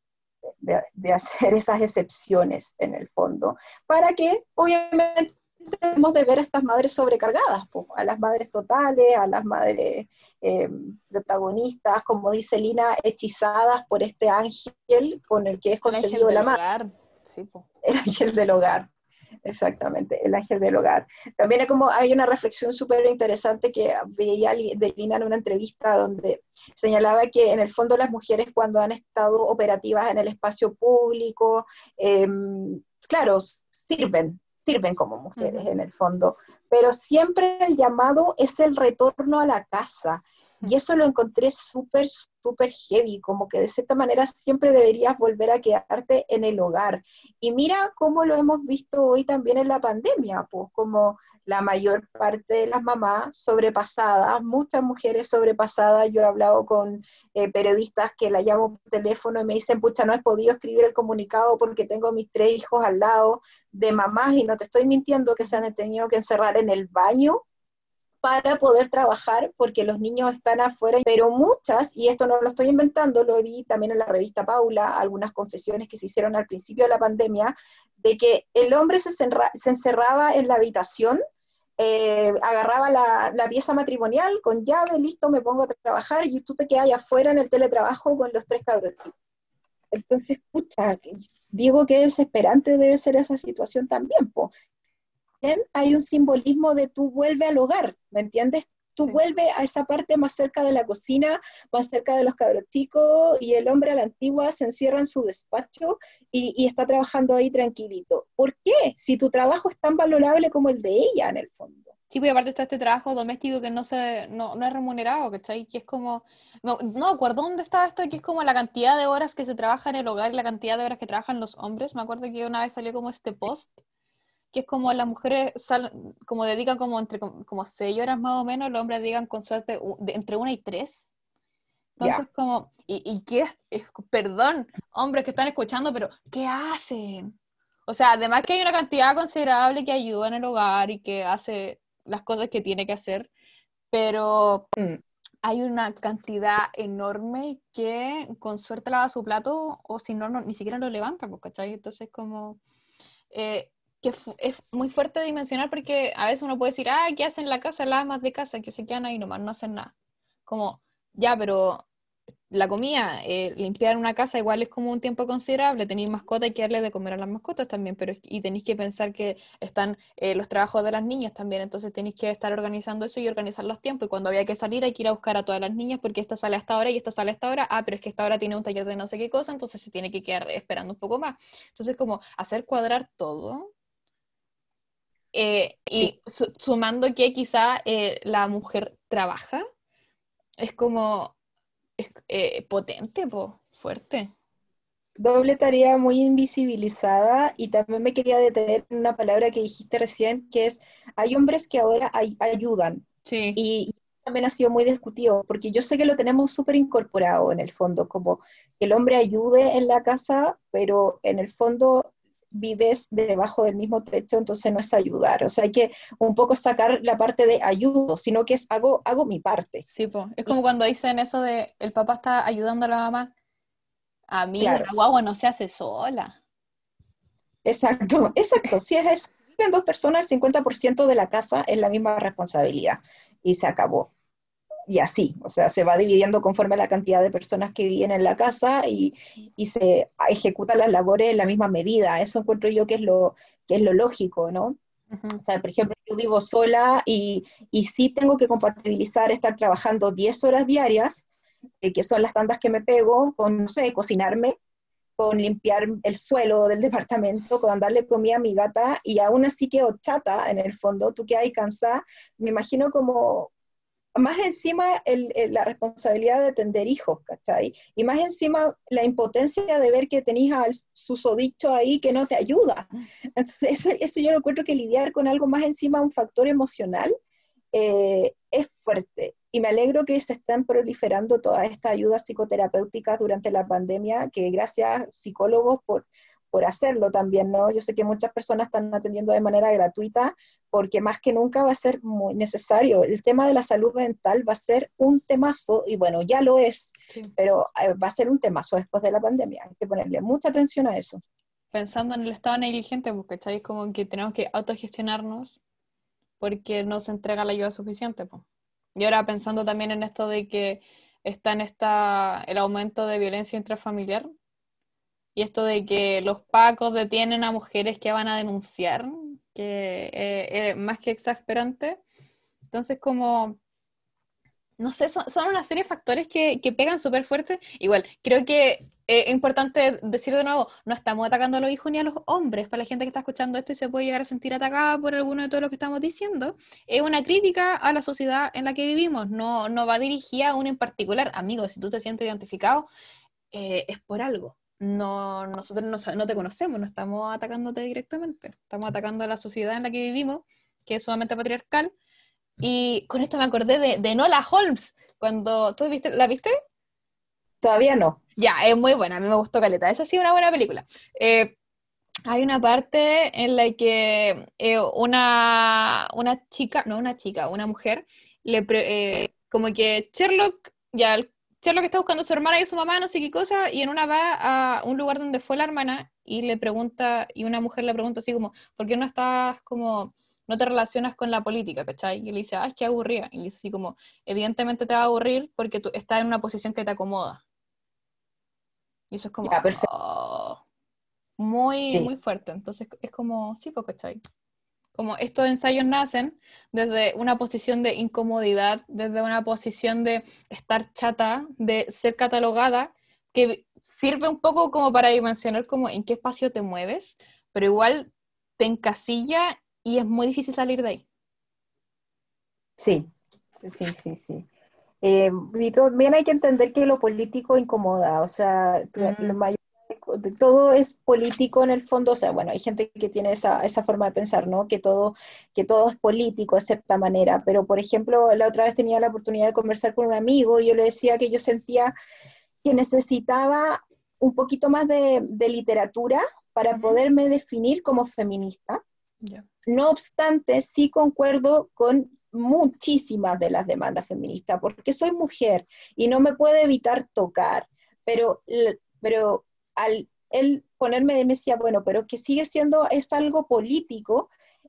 de, de hacer esas excepciones en el fondo, para que obviamente tenemos de ver a estas madres sobrecargadas, pues, a las madres totales, a las madres eh, protagonistas, como dice Lina, hechizadas por este ángel con el que es El ángel concebido del la madre, hogar. Sí, po. el ángel del hogar. Exactamente, el ángel del hogar. También hay, como, hay una reflexión súper interesante que veía de Lina en una entrevista donde señalaba que en el fondo las mujeres cuando han estado operativas en el espacio público, eh, claro, sirven, sirven como mujeres Ujú. en el fondo, pero siempre el llamado es el retorno a la casa. Y eso lo encontré súper, súper heavy, como que de cierta manera siempre deberías volver a quedarte en el hogar. Y mira cómo lo hemos visto hoy también en la pandemia, pues como la mayor parte de las mamás sobrepasadas, muchas mujeres sobrepasadas, yo he hablado con eh, periodistas que la llamo por teléfono y me dicen, pucha, no he podido escribir el comunicado porque tengo mis tres hijos al lado de mamás y no te estoy mintiendo que se han tenido que encerrar en el baño para poder trabajar porque los niños están afuera, pero muchas, y esto no lo estoy inventando, lo vi también en la revista Paula, algunas confesiones que se hicieron al principio de la pandemia, de que el hombre se, encerra, se encerraba en la habitación, eh, agarraba la, la pieza matrimonial con llave, listo, me pongo a trabajar, y tú te quedas afuera en el teletrabajo con los tres cabros. Entonces, pucha, digo que desesperante debe ser esa situación también, po. Hay un simbolismo de tú vuelve al hogar, ¿me entiendes? Tú Sí. vuelve a esa parte más cerca de la cocina, más cerca de los cabros chicos, y el hombre a la antigua se encierra en su despacho y, y está trabajando ahí tranquilito. ¿Por qué? Si tu trabajo es tan valorable como el de ella, en el fondo. Sí, pues aparte está este trabajo doméstico que no se, no, no es remunerado, ¿cachai? Que es como, no, no me acuerdo dónde estaba esto, que es como la cantidad de horas que se trabaja en el hogar y la cantidad de horas que trabajan los hombres. Me acuerdo que una vez salió como este post, que es como las mujeres sal, como dedican como entre como, como seis horas más o menos, los hombres dedican con suerte u, de, entre una y tres. Entonces Ya. como, ¿y, y qué? Es, perdón, hombres que están escuchando, pero ¿qué hacen? O sea, además que hay una cantidad considerable que ayuda en el hogar y que hace las cosas que tiene que hacer, pero Mm. hay una cantidad enorme que con suerte lava su plato o si no, no ni siquiera lo levanta, pues, ¿cachai? Entonces como eh, que es muy fuerte de dimensionar porque a veces uno puede decir, ah, ¿qué hacen en la casa? Las amas de casa que se quedan ahí nomás, no hacen nada. Como, ya, pero la comida, eh, limpiar una casa igual es como un tiempo considerable, tenéis mascotas, hay que darle de comer a las mascotas también, pero y tenéis que pensar que están eh, los trabajos de las niñas también, entonces tenéis que estar organizando eso y organizar los tiempos, y cuando había que salir hay que ir a buscar a todas las niñas porque esta sale a esta hora y esta sale a esta hora, ah, pero es que esta hora tiene un taller de no sé qué cosa, entonces se tiene que quedar esperando un poco más. Entonces como hacer cuadrar todo. Eh, Sí. y su sumando que quizá eh, la mujer trabaja, es como es, eh, potente, po, fuerte. Doble tarea muy invisibilizada y también me quería detener en una palabra que dijiste recién, que es, hay hombres que ahora ay- ayudan Sí, y, y también ha sido muy discutido, porque yo sé que lo tenemos súper incorporado en el fondo, como que el hombre ayude en la casa, pero en el fondo vives debajo del mismo techo, entonces no es ayudar, o sea, hay que un poco sacar la parte de ayudo, sino que es hago, hago mi parte. sí, po. Es Y como cuando dicen eso de el papá está ayudando a la mamá. Amigo, la claro, guagua no se hace sola. exacto, exacto. Si es eso, si viven dos personas, el cincuenta por ciento de la casa es la misma responsabilidad y se acabó. Y así, o sea, se va dividiendo conforme a la cantidad de personas que viven en la casa y, y se ejecutan las labores en la misma medida. Eso encuentro yo que es lo, que es lo lógico, ¿no? O Ujú. sea, por ejemplo, yo vivo sola y, y sí tengo que compatibilizar estar trabajando diez horas diarias, eh, que son las tandas que me pego, con, no sé, cocinarme, con limpiar el suelo del departamento, con darle comida a mi gata, y aún así quedo chata en el fondo, tú quedas ahí cansada, me imagino como, más encima el, el, la responsabilidad de atender hijos, ¿cachai? Y más encima la impotencia de ver que tenéis al susodicho ahí que no te ayuda. Entonces eso, eso yo lo encuentro que lidiar con algo más encima, un factor emocional, eh, es fuerte. y me alegro que se están proliferando todas estas ayudas psicoterapéuticas durante la pandemia, que gracias psicólogos por, por hacerlo también, ¿no? Yo sé que muchas personas están atendiendo de manera gratuita, porque más que nunca va a ser muy necesario. El tema de la salud mental va a ser un temazo, y bueno, ya lo es, Sí. pero eh, va a ser un temazo después de la pandemia. Hay que ponerle mucha atención a eso. Pensando en el estado negligente, pues, ¿cachai? Es como que tenemos que autogestionarnos porque no se entrega la ayuda suficiente, pues. Y ahora pensando también en esto de que está en esta, el aumento de violencia intrafamiliar, y esto de que los pacos detienen a mujeres que van a denunciar, que eh, es más que exasperante. Entonces, como, no sé, son, son una serie de factores que, que pegan súper fuerte. Igual, creo que eh, es importante decir de nuevo, no estamos atacando a los hijos ni a los hombres, para la gente que está escuchando esto y se puede llegar a sentir atacada por alguno de todo lo que estamos diciendo. Es una crítica a la sociedad en la que vivimos, no, no va dirigida a uno en particular. Amigo, si tú te sientes identificado, eh, es por algo. No, nosotros no, no te conocemos, no estamos atacándote directamente, estamos atacando a la sociedad en la que vivimos, que es sumamente patriarcal. Y con esto me acordé de, de Enola Holmes, cuando tú viste, ¿la viste? Todavía no. Ya, es muy buena, a mí me gustó caleta, esa sí es una buena película. Eh, hay una parte en la que eh, una, una chica, no una chica, una mujer, le pre- eh, como que Sherlock, ya, el- Sherlock está buscando a su hermana y a su mamá, no sé qué cosa, y en una va a un lugar donde fue la hermana y le pregunta, y una mujer le pregunta así como, ¿por qué no estás como, no te relacionas con la política, ¿cachai? Y él le dice, ah, es que aburrida. Y le dice así como, evidentemente te va a aburrir porque tú estás en una posición que te acomoda. Y eso es como, Ya, perfecto. oh, muy, Sí. muy fuerte. Entonces es como, sí, pues, ¿cachai? Como estos ensayos nacen desde una posición de incomodidad, desde una posición de estar chata, de ser catalogada, que sirve un poco como para dimensionar como en qué espacio te mueves, pero igual te encasilla y es muy difícil salir de ahí. Sí, sí, sí, sí. Eh, y también hay que entender que lo político incomoda, o sea, tu- lo Mm, mayor de todo es político en el fondo, o sea, bueno, hay gente que tiene esa, esa forma de pensar, ¿no? Que todo, que todo es político de cierta manera, pero por ejemplo, la otra vez tenía la oportunidad de conversar con un amigo y yo le decía que yo sentía que necesitaba un poquito más de, de literatura para ujú, poderme definir como feminista. ya. No obstante, sí concuerdo con muchísimas de las demandas feministas, porque soy mujer y no me puede evitar tocar, pero, pero al él ponerme, me decía, bueno, pero que sigue siendo, es algo político,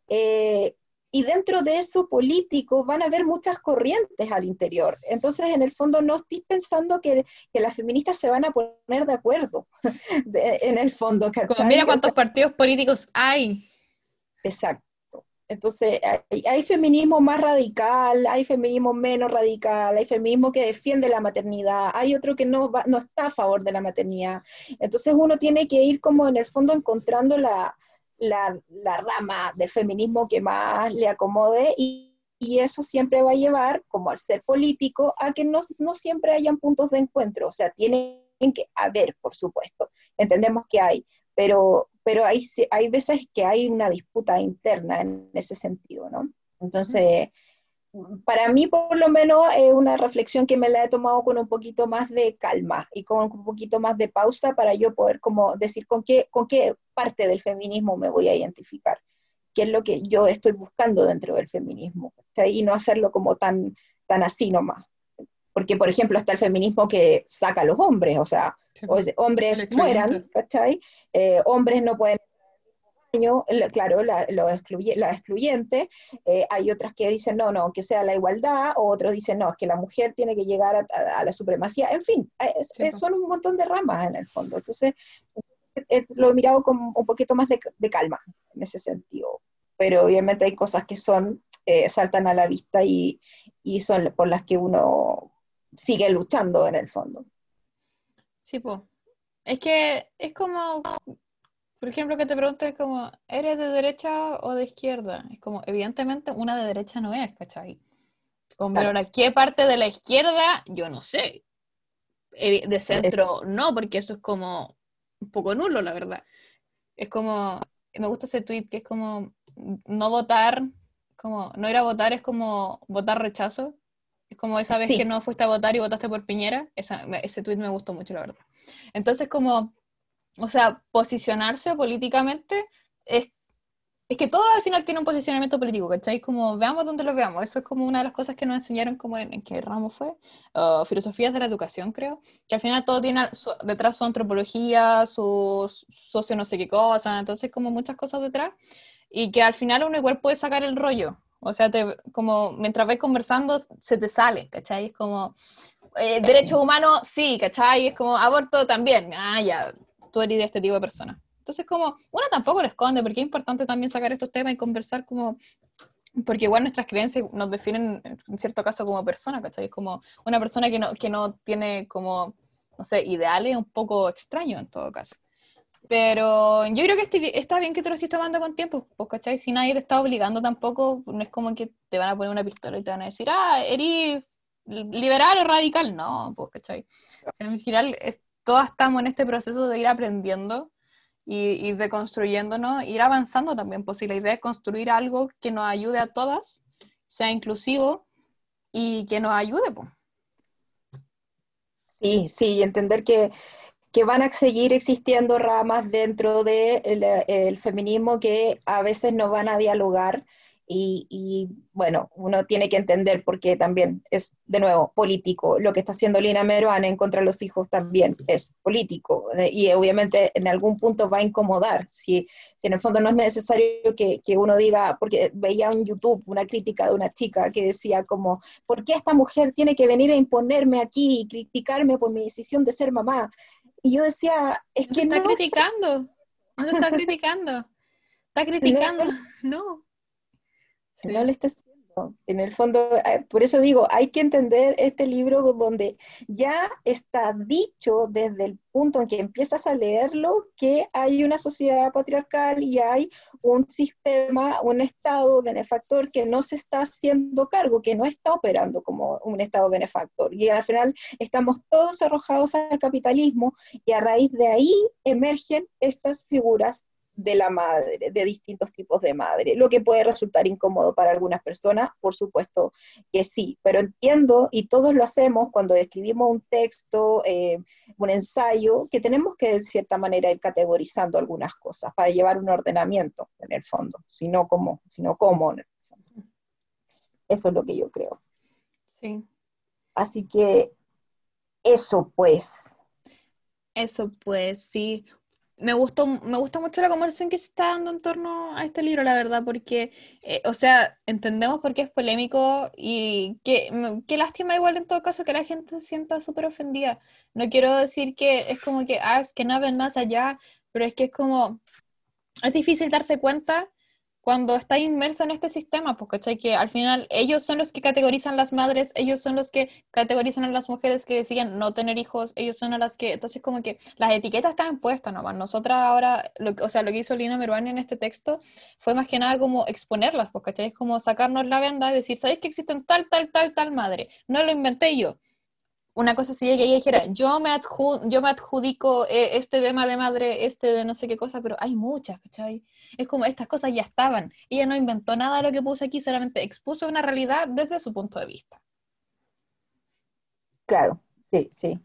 eh, y dentro de eso político van a haber muchas corrientes al interior. Entonces, en el fondo, no estoy pensando que, que las feministas se van a poner de acuerdo, de, en el fondo, Como mira ¿cachai? O cuántos sea, partidos políticos hay. exacto. Entonces, hay, hay feminismo más radical, hay feminismo menos radical, hay feminismo que defiende la maternidad, hay otro que no, va, no está a favor de la maternidad. Entonces, uno tiene que ir como en el fondo encontrando la, la, la rama del feminismo que más le acomode y, y eso siempre va a llevar, como al ser político, a que no, no siempre hayan puntos de encuentro. O sea, tienen que haber, por supuesto. Entendemos que hay, pero, pero hay, hay veces que hay una disputa interna en ese sentido, ¿no? Ujú. Entonces, para mí por lo menos es una reflexión que me la he tomado con un poquito más de calma y con un poquito más de pausa para yo poder como decir con qué, con qué parte del feminismo me voy a identificar, qué es lo que yo estoy buscando dentro del feminismo, ¿sí? Y no hacerlo como tan, tan así nomás. Porque, por ejemplo, está el feminismo que saca a los hombres, o sea, Sí, o po. sea, El hombres excluyente. mueran, ¿cachai? Eh, hombres no pueden año, claro, la, lo excluye, la excluyente, eh, hay otras que dicen no, no, que sea la igualdad, o otros dicen no, es que la mujer tiene que llegar a, a, a la supremacía, en fin, es, Sí, es, po. son un montón de ramas en el fondo, entonces es, lo he mirado con un poquito más de, de, calma en ese sentido, pero obviamente hay cosas que son, eh, saltan a la vista y, y son por las que uno sigue luchando en el fondo. Sí, po. Es que es como, por ejemplo, que te preguntes como, ¿eres de derecha o de izquierda? Es como, evidentemente, una de derecha no es, ¿cachai? Como, pero Claro, ahora, ¿qué parte de la izquierda? Yo no sé. Evi- De es, centro, no, porque eso es como un poco nulo, la verdad. Es como, me gusta ese tweet que es como, no votar, como, no ir a votar es como votar rechazo. Es como esa vez que Sí, no fuiste a votar y votaste por Piñera, esa, me- ese tweet me gustó mucho, la verdad. Entonces, como, o sea, posicionarse políticamente es, es que todo al final tiene un posicionamiento político, ¿cachai? Como veamos dónde lo veamos. Eso es como una de las cosas que nos enseñaron como en, ¿en qué ramo fue? Uh, filosofías de la educación, creo. Que al final todo tiene su- detrás su antropología, su socio no sé qué cosa, entonces como muchas cosas detrás. Y que al final uno igual puede sacar el rollo. O sea, te, como mientras vais conversando, se te sale, ¿cachai? Es como, eh, derechos humanos, sí, ¿cachai? Es como, aborto también. Ah, ya, tú eres de este tipo de persona. Entonces, como, uno tampoco lo esconde, porque es importante también sacar estos temas y conversar como, porque igual nuestras creencias nos definen en cierto caso como persona, ¿cachai? Es como una persona que no, que no tiene como, no sé, ideales un poco extraños en todo caso. Pero yo creo que este- está bien que te lo estés tomando con tiempo, pues, ¿cachai? Si nadie te está obligando tampoco, no es como que te van a poner una pistola y te van a decir, ah, eres liberal o radical. No, pues, ¿cachai? O sea, en general, es, todas estamos en este proceso de ir aprendiendo y, y de construyéndonos, ir avanzando también, pues si la idea es construir algo que nos ayude a todas, sea inclusivo y que nos ayude, pues. sí, sí, y entender que que van a seguir existiendo ramas dentro del de el feminismo que a veces no van a dialogar y, y, bueno, uno tiene que entender porque también es, de nuevo, político. Lo que está haciendo Lina Meruane en contra de los hijos también es político eh, y obviamente en algún punto va a incomodar. Si, si en el fondo no es necesario que, que uno diga, porque veía en YouTube una crítica de una chica que decía como, ¿por qué esta mujer tiene que venir a imponerme aquí y criticarme por mi decisión de ser mamá? Y yo decía, es No te que está no estás, criticando, no te está criticando, está no, criticando, no. no Sí. le estás haciendo. En el fondo, eh, por eso digo, hay que entender este libro donde ya está dicho desde el punto en que empiezas a leerlo que hay una sociedad patriarcal y hay un sistema, un estado benefactor que no se está haciendo cargo, que no está operando como un estado benefactor. Y al final estamos todos arrojados al capitalismo y a raíz de ahí emergen estas figuras de la madre, de distintos tipos de madre, lo que puede resultar incómodo para algunas personas, por supuesto que sí, pero entiendo, y todos lo hacemos cuando escribimos un texto, eh, un ensayo, que tenemos que de cierta manera ir categorizando algunas cosas para llevar un ordenamiento en el fondo, si no como, sino como. Eso es lo que yo creo. Sí, Así que eso pues. eso pues sí. Me gustó, me gusta mucho la conversación que se está dando en torno a este libro, la verdad, porque, eh, o sea, entendemos por qué es polémico y que, mm, qué lástima igual en todo caso que la gente se sienta súper ofendida. No quiero decir que es como que, ah, es que no ven más allá, pero es que es como, es difícil darse cuenta cuando está inmersa en este sistema, porque ¿cachai? Que al final ellos son los que categorizan las madres, ellos son los que categorizan a las mujeres que deciden no tener hijos, ellos son a las que, entonces como que las etiquetas están puestas nomás. Nosotras ahora, lo, que- o sea, lo que hizo Lina Meruane en este texto fue más que nada como exponerlas, porque ¿cachai? Es como sacarnos la venda y decir, ¿sabéis que existen tal, tal, tal, tal madre? No lo inventé yo. Una cosa sería que ella dijera, yo me, adju yo me adjudico eh, este tema de madre, este de no sé qué cosa, pero hay muchas, ¿cachai? Es como estas cosas ya estaban. Ella no inventó nada de lo que puso aquí, solamente expuso una realidad desde su punto de vista. Claro, sí, sí.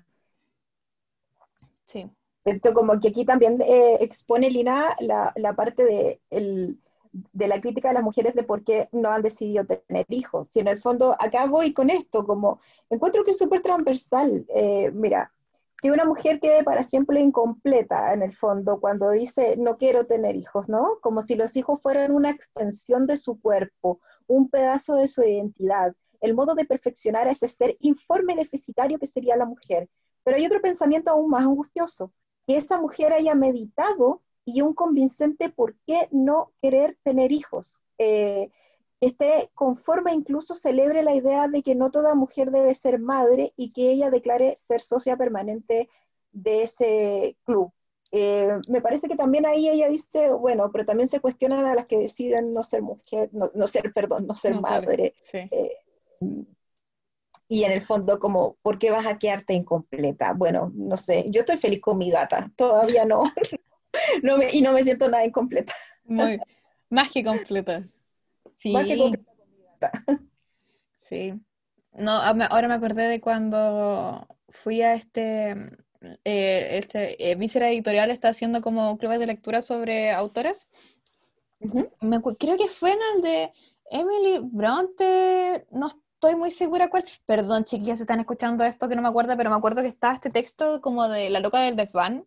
Sí, Esto como que aquí también eh, expone Lina la, la parte de, el, de la crítica de las mujeres de por qué no han decidido tener hijos. Si en el fondo, acá voy con esto, como encuentro que es súper transversal. Eh, mira, que una mujer quede para siempre incompleta en el fondo cuando dice no quiero tener hijos, ¿no? Como si los hijos fueran una extensión de su cuerpo, un pedazo de su identidad, el modo de perfeccionar a ese ser informe y deficitario que sería la mujer. Pero hay otro pensamiento aún más angustioso que esa mujer haya meditado y un convincente por qué no querer tener hijos. Eh, esté conforme, incluso celebre la idea de que no toda mujer debe ser madre y que ella declare ser socia permanente de ese club. Eh, me parece que también ahí ella dice, bueno, pero también se cuestionan a las que deciden no ser mujer, no, no ser, perdón, no ser no, dale. madre. Sí. Eh, y en el fondo como, ¿por qué vas a quedarte incompleta? Bueno, no sé, yo estoy feliz con mi gata, todavía no, no me, y no me siento nada incompleta, Muy, más que completa. más que Sí, completa con mi gata. sí. No, ah, me- ahora me acordé de cuando fui a este, eh, este eh, Víscera Editorial está haciendo como clubes de lectura sobre autores. Ujú. Me acu- creo que fue en el de Emily Bronte, no estoy muy segura cuál. Perdón, chiquillas, si están escuchando esto que no me acuerdo, pero me acuerdo que estaba este texto como de La loca del desván,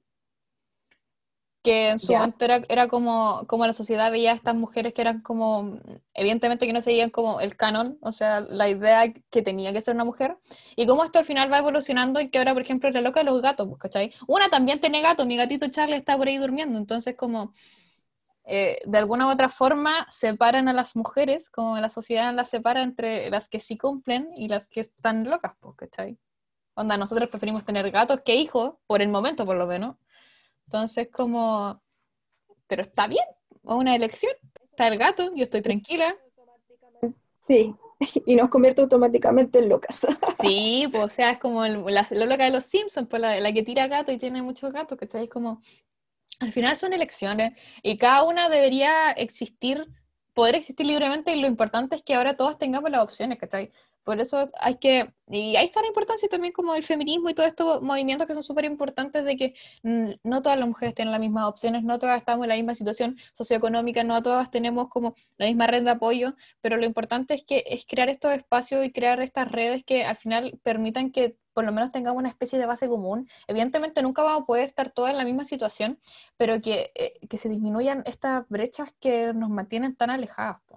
que en su Ya, momento era, era como, como la sociedad veía a estas mujeres que eran como, evidentemente que no seguían como el canon, o sea, la idea que tenía que ser una mujer, y cómo esto al final va evolucionando y que ahora, por ejemplo, es la loca de los gatos, pues, ¿cachai? Una también tiene gato, mi gatito Charlie está por ahí durmiendo, entonces como eh, de alguna u otra forma separan a las mujeres, como la sociedad las separa entre las que sí cumplen y las que están locas, pues, ¿cachai? Onda, nosotros preferimos tener gatos que hijos, por el momento por lo menos, entonces como pero está bien, es una elección. Está el gato, yo estoy tranquila. sí, y nos convierte automáticamente en locas. Sí, pues, o sea, es como el- la, la loca de los Simpsons, pues la, la que tira gato y tiene muchos gatos, ¿cachai? Es como, al final son elecciones y cada una debería existir, poder existir libremente y lo importante es que ahora todos tengamos las opciones, ¿cachai? Por eso hay que, y ahí está la importancia también como del feminismo y todos estos movimientos que son súper importantes de que mm, no todas las mujeres tienen las mismas opciones, no todas estamos en la misma situación socioeconómica, no todas tenemos como la misma red de apoyo, pero lo importante es que es crear estos espacios y crear estas redes que al final permitan que por lo menos tengamos una especie de base común. Evidentemente nunca vamos a poder estar todas en la misma situación, pero que, eh, que se disminuyan estas brechas que nos mantienen tan alejadas, po.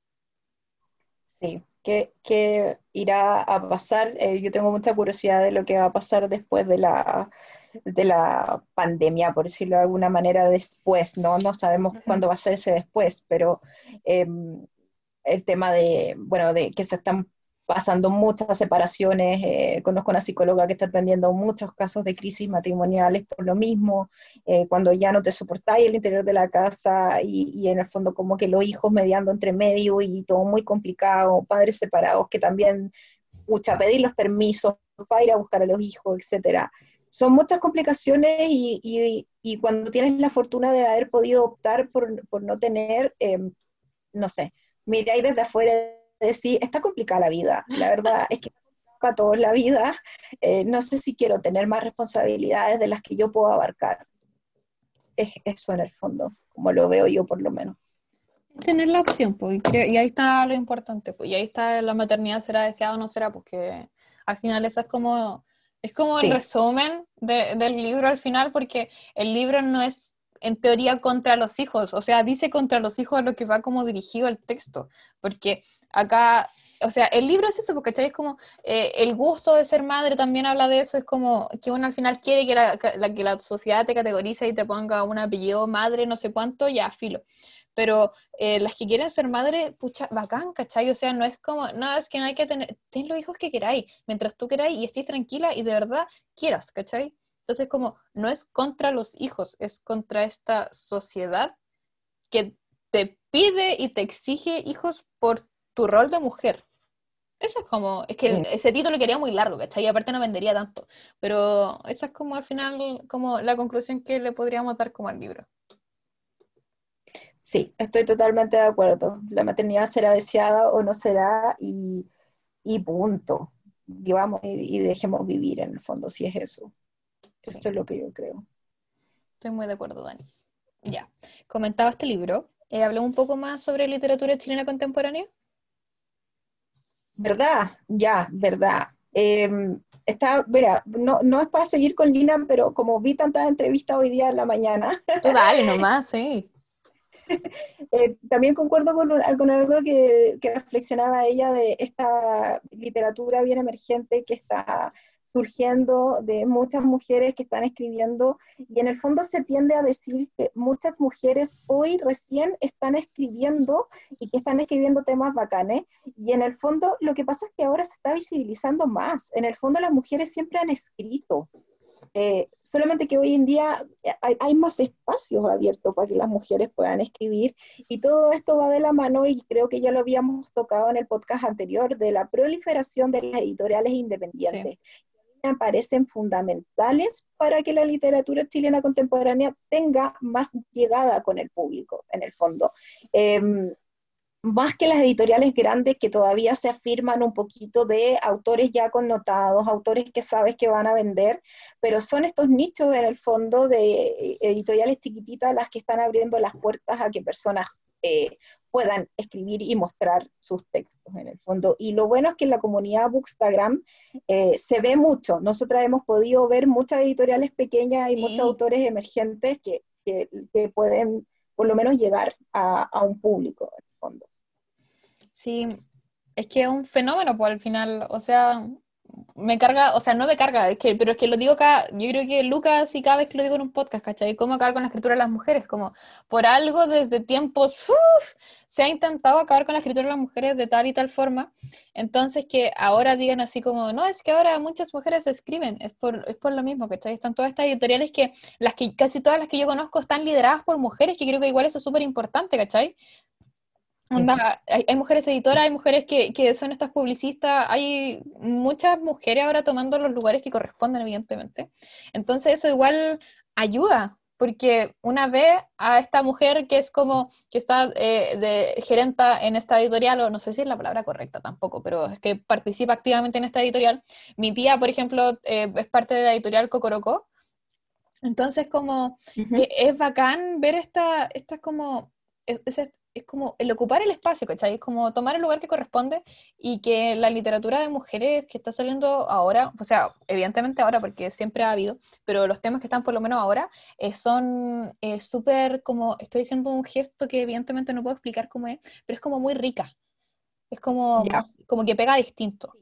Sí, ¿qué, qué irá a pasar? Eh, yo tengo mucha curiosidad de lo que va a pasar después de la, de la pandemia, por decirlo de alguna manera, después, ¿no? No sabemos Ujú. cuándo va a ser ese después, pero eh, el tema de, bueno, de que se están pasando muchas separaciones. Eh, conozco una psicóloga que está atendiendo muchos casos de crisis matrimoniales por lo mismo, eh, cuando ya no te soportáis el interior de la casa y, y en el fondo como que los hijos mediando entre medio y todo muy complicado, padres separados que también, pucha, pedir los permisos para ir a buscar a los hijos, etcétera. Son muchas complicaciones y, y, y cuando tienes la fortuna de haber podido optar por, por no tener, eh, no sé, miráis desde afuera y decís, está complicada la vida, la verdad es que para todos la vida, eh, no sé si quiero tener más responsabilidades de las que yo puedo abarcar, es eso en el fondo, como lo veo yo por lo menos. Tener la opción, pues, y, creo- y ahí está lo importante, pues, y ahí está la maternidad, será deseada o no será, porque al final eso es como, es como el Sí, resumen de- del libro al final, porque el libro no es en teoría contra los hijos, o sea, dice contra los hijos a lo que va como dirigido el texto, porque acá, o sea, el libro es eso, porque ¿cachai? Es como eh, el gusto de ser madre también habla de eso, es como que uno al final quiere que la, que la, que la sociedad te categorice y te ponga un apellido madre, no sé cuánto, ya, filo. Pero eh, las que quieren ser madre, pucha, bacán, ¿cachai? O sea, no es como, no, es que no hay que tener, ten los hijos que queráis, mientras tú queráis y estés tranquila y de verdad quieras, ¿cachai? Entonces, como, no es contra los hijos, es contra esta sociedad que te pide y te exige hijos por tu rol de mujer. Eso es como, es que el- eh, ese título quería muy largo, ¿cachai? Y aparte no vendería tanto. Pero esa es como al final, como la conclusión que le podríamos dar como al libro. sí, estoy totalmente de acuerdo. La maternidad será deseada o no será y, y punto. Vivamos y, y dejemos vivir en el fondo, si es eso. Sí, Eso es lo que yo creo. estoy muy de acuerdo, Dani. Ya, comentaba este libro. Eh, hablé un poco más sobre literatura chilena contemporánea. ¿Verdad? Ya, verdad. Eh, está, mira, no, no es para seguir con Lina, pero como vi tantas entrevistas hoy día en la mañana, Tú dale nomás, sí. eh, también concuerdo con, un- con algo que, que reflexionaba ella de esta literatura bien emergente que está surgiendo de muchas mujeres que están escribiendo y en el fondo se tiende a decir que muchas mujeres hoy recién están escribiendo y que están escribiendo temas bacanes y en el fondo lo que pasa es que ahora se está visibilizando más, en el fondo las mujeres siempre han escrito, eh, solamente que hoy en día hay, hay más espacios abiertos para que las mujeres puedan escribir y todo esto va de la mano y creo que ya lo habíamos tocado en el podcast anterior de la proliferación de las editoriales Sí. independientes. Me parecen fundamentales para que la literatura chilena contemporánea tenga más llegada con el público, en el fondo. Eh, más que las editoriales grandes que todavía se afirman un poquito de autores ya connotados, autores que sabes que van a vender, pero son estos nichos en el fondo de editoriales chiquititas las que están abriendo las puertas a que personas eh, puedan escribir y mostrar sus textos en el fondo. Y lo bueno es que en la comunidad Bookstagram eh, se ve mucho. Nosotras hemos podido ver muchas editoriales pequeñas y muchos Sí, autores emergentes que, que, que pueden por lo menos llegar a, a un público en el fondo. sí, es que es un fenómeno, pues al final, o sea, me carga, o sea, no me carga, es que, pero es que lo digo cada, yo creo que Lucas y cada vez que lo digo en un podcast, ¿cachai? ¿Cómo acabar con la escritura de las mujeres? Como, por algo desde tiempos, uf, se ha intentado acabar con la escritura de las mujeres de tal y tal forma, entonces que ahora digan así como, no, es que ahora muchas mujeres escriben, es por, es por lo mismo, ¿cachai? Están todas estas editoriales que, las que, casi todas las que yo conozco están lideradas por mujeres, que creo que igual eso es súper importante, ¿cachai? Onda, hay, hay mujeres editoras, hay mujeres que, que son estas publicistas, hay muchas mujeres ahora tomando los lugares que corresponden, evidentemente. Entonces eso igual ayuda, porque una vez a esta mujer que es como, que está eh, de gerenta en esta editorial, o no sé si es la palabra correcta tampoco, pero es que participa activamente en esta editorial. Mi tía, por ejemplo, eh, es parte de la editorial Cocoroco, entonces como Uh-huh. que es bacán ver esta, esta como, es, es- es como el ocupar el espacio, ¿cachai? Es como tomar el lugar que corresponde y que la literatura de mujeres que está saliendo ahora, o sea, evidentemente ahora porque siempre ha habido, pero los temas que están por lo menos ahora eh, son eh, súper como, estoy diciendo un gesto que evidentemente no puedo explicar cómo es, pero es como muy rica, es como, no Ya. sé, como que pega distinto.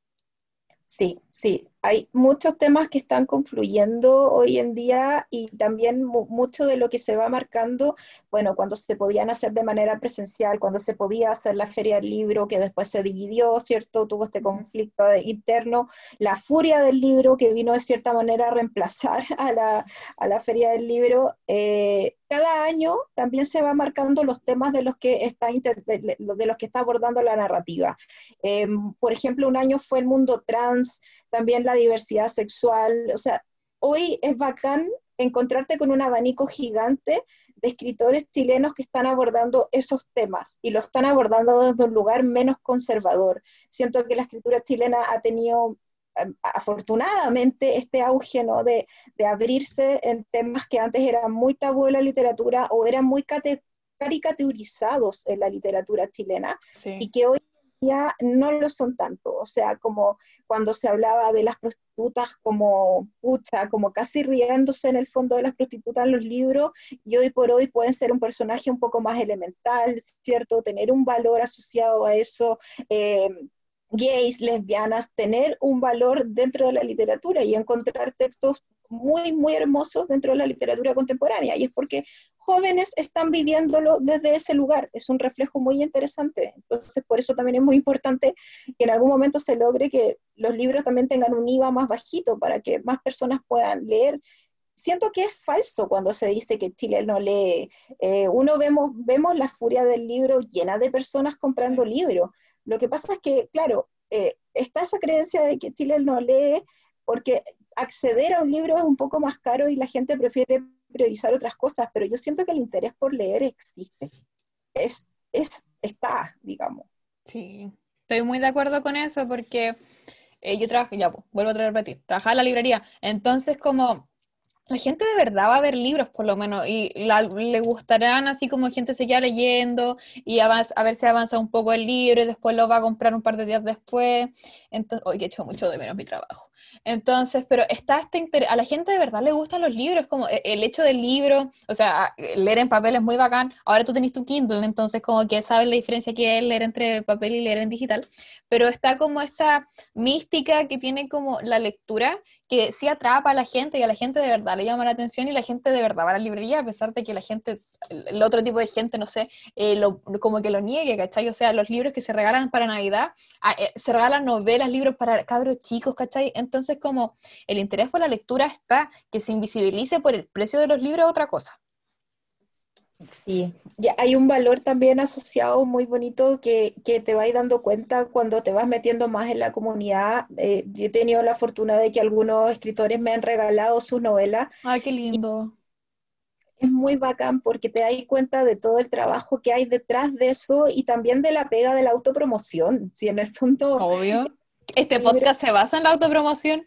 Sí, sí, hay muchos temas que están confluyendo hoy en día y también mu- mucho de lo que se va marcando, bueno, cuando se podían hacer de manera presencial, cuando se podía hacer la feria del libro, que después se dividió, ¿cierto? Tuvo este Ujú. conflicto de- interno, la furia del libro que vino de cierta manera a reemplazar a la, a la feria del libro. Eh, cada año también se va marcando los temas de los que está, inter- de de los que está abordando la narrativa. Eh, por ejemplo, un año fue el mundo trans, también la diversidad sexual. O sea, hoy es bacán encontrarte con un abanico gigante de escritores chilenos que están abordando esos temas y lo están abordando desde un lugar menos conservador. Siento que la escritura chilena ha tenido eh, afortunadamente este auge, ¿no? de, de abrirse en temas que antes eran muy tabú en la literatura o eran muy cate- caricaturizados en la literatura chilena Sí. y que hoy ya no lo son tanto. O sea, como cuando se hablaba de las prostitutas como pucha, como casi riéndose en el fondo de las prostitutas en los libros, y hoy por hoy pueden ser un personaje un poco más elemental, ¿cierto? Tener un valor asociado a eso. Eh, gays, lesbianas, tener un valor dentro de la literatura y encontrar textos muy, muy hermosos dentro de la literatura contemporánea. Y es porque jóvenes están viviéndolo desde ese lugar. Es un reflejo muy interesante. Entonces, por eso también es muy importante que en algún momento se logre que los libros también tengan un I V A más bajito para que más personas puedan leer. Siento que es falso cuando se dice que Chile no lee. Eh, uno vemos, vemos la furia del libro llena de personas comprando Sí. libros. Lo que pasa es que, claro, eh, está esa creencia de que Chile no lee porque acceder a un libro es un poco más caro y la gente prefiere priorizar otras cosas, pero yo siento que el interés por leer existe, es, es, está, digamos. Sí, estoy muy de acuerdo con eso porque eh, yo trabajo, ya, pues, vuelvo a repetir, trabajaba en la librería, entonces como la gente de verdad va a ver libros, por lo menos, y la- le gustarán así como gente se queda leyendo y avanza- a ver si avanza un poco el libro y después lo va a comprar un par de días después. Entonces, hoy que echo mucho de menos mi trabajo. Entonces, pero está este interés, a la gente de verdad le gustan los libros, como e- el hecho del libro, o sea, leer en papel es muy bacán. Ahora tú tenés tu Kindle, entonces como que sabes la diferencia que es leer entre papel y leer en digital, pero está como esta mística que tiene como la lectura que sí atrapa a la gente y a la gente de verdad le llama la atención y la gente de verdad va a la librería a pesar de que la gente, el, el otro tipo de gente, no sé, eh, lo, como que lo niegue, ¿cachai? O sea, los libros que se regalan para Navidad, ah, eh, se regalan novelas, libros para cabros chicos, ¿cachai? Entonces como el interés por la lectura está, que se invisibilice por el precio de los libros es otra cosa. Sí, ya hay un valor también asociado muy bonito que, que te vas dando cuenta cuando te vas metiendo más en la comunidad. Eh, yo he tenido la fortuna de que algunos escritores me han regalado sus novelas. Ay, qué lindo. es muy bacán porque te das cuenta de todo el trabajo que hay detrás de eso y también de la pega de la autopromoción. Si en el fondo Obvio. ¿Este libro podcast se basa en la autopromoción?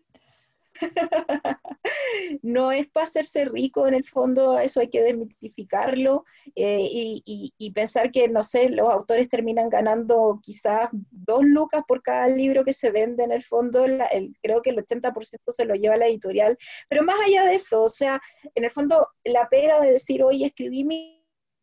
no es para hacerse rico, en el fondo eso hay que desmitificarlo eh, y, y, y pensar que, no sé, los autores terminan ganando quizás dos lucas por cada libro que se vende. En el fondo, la, el, creo que el ochenta por ciento se lo lleva la editorial, pero más allá de eso, o sea, en el fondo la pega de decir, oye, escribí mi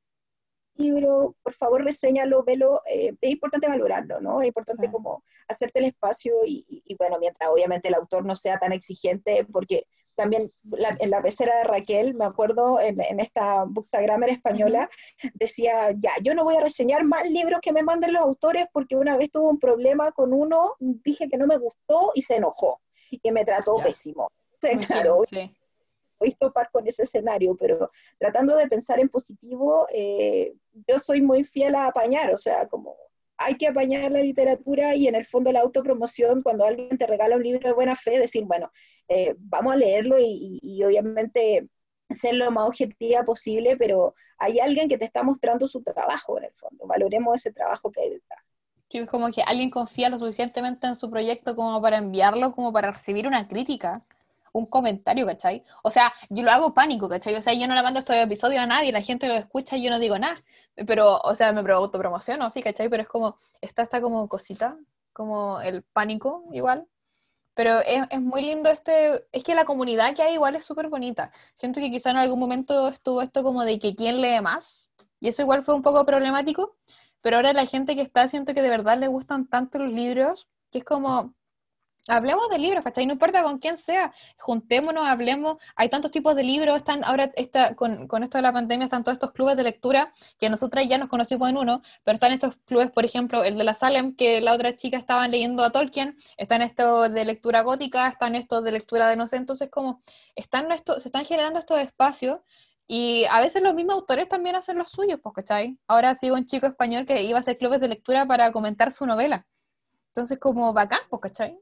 libro, por favor reséñalo, velo, eh, es importante valorarlo, ¿no? Es Sí. importante como hacerte el espacio y, y, y, bueno, mientras obviamente el autor no sea tan exigente, porque también la, en la pecera de Raquel, me acuerdo, en, en esta Bookstagrammer española, uh-huh. decía, ya, yo no voy a reseñar más libros que me manden los autores porque una vez tuve un problema con uno, dije que no me gustó y se enojó, y me trató yeah. pésimo. Entonces, claro, sí. voy a topar con ese escenario, pero tratando de pensar en positivo, eh, yo soy muy fiel a apañar, o sea, como hay que apañar la literatura y en el fondo la autopromoción, cuando alguien te regala un libro de buena fe, decir, bueno, eh, vamos a leerlo y, y, y obviamente ser lo más objetiva posible, pero hay alguien que te está mostrando su trabajo en el fondo, valoremos ese trabajo que hay detrás. Sí, es como que alguien confía lo suficientemente en su proyecto como para enviarlo, como para recibir una crítica, un comentario, ¿cachai? O sea, yo lo hago pánico, ¿cachai? O sea, yo no le mando estos episodios a nadie, la gente lo escucha y yo no digo nada, pero, o sea, me autopromociono, sí, ¿cachai? Pero es como, está esta como cosita, como el pánico, igual. Pero es, es muy lindo este, es que la comunidad que hay igual es súper bonita. Siento que quizá en algún momento estuvo esto como de que quién lee más, y eso igual fue un poco problemático, pero ahora la gente que está, siento que de verdad le gustan tanto los libros, que es como, hablemos de libros, ¿cachai? No importa con quién sea, juntémonos, hablemos, hay tantos tipos de libros, están ahora está, con, con esto de la pandemia están todos estos clubes de lectura, que nosotras ya nos conocimos en uno, pero están estos clubes, por ejemplo, el de la Salem, que la otra chica estaban leyendo a Tolkien, están estos de lectura gótica, están estos de lectura de no sé, entonces como, están estos, se están generando estos espacios, y a veces los mismos autores también hacen los suyos, pues, ¿cachai? Ahora sigo un chico español que iba a hacer clubes de lectura para comentar su novela, entonces como bacán, pues, ¿cachai?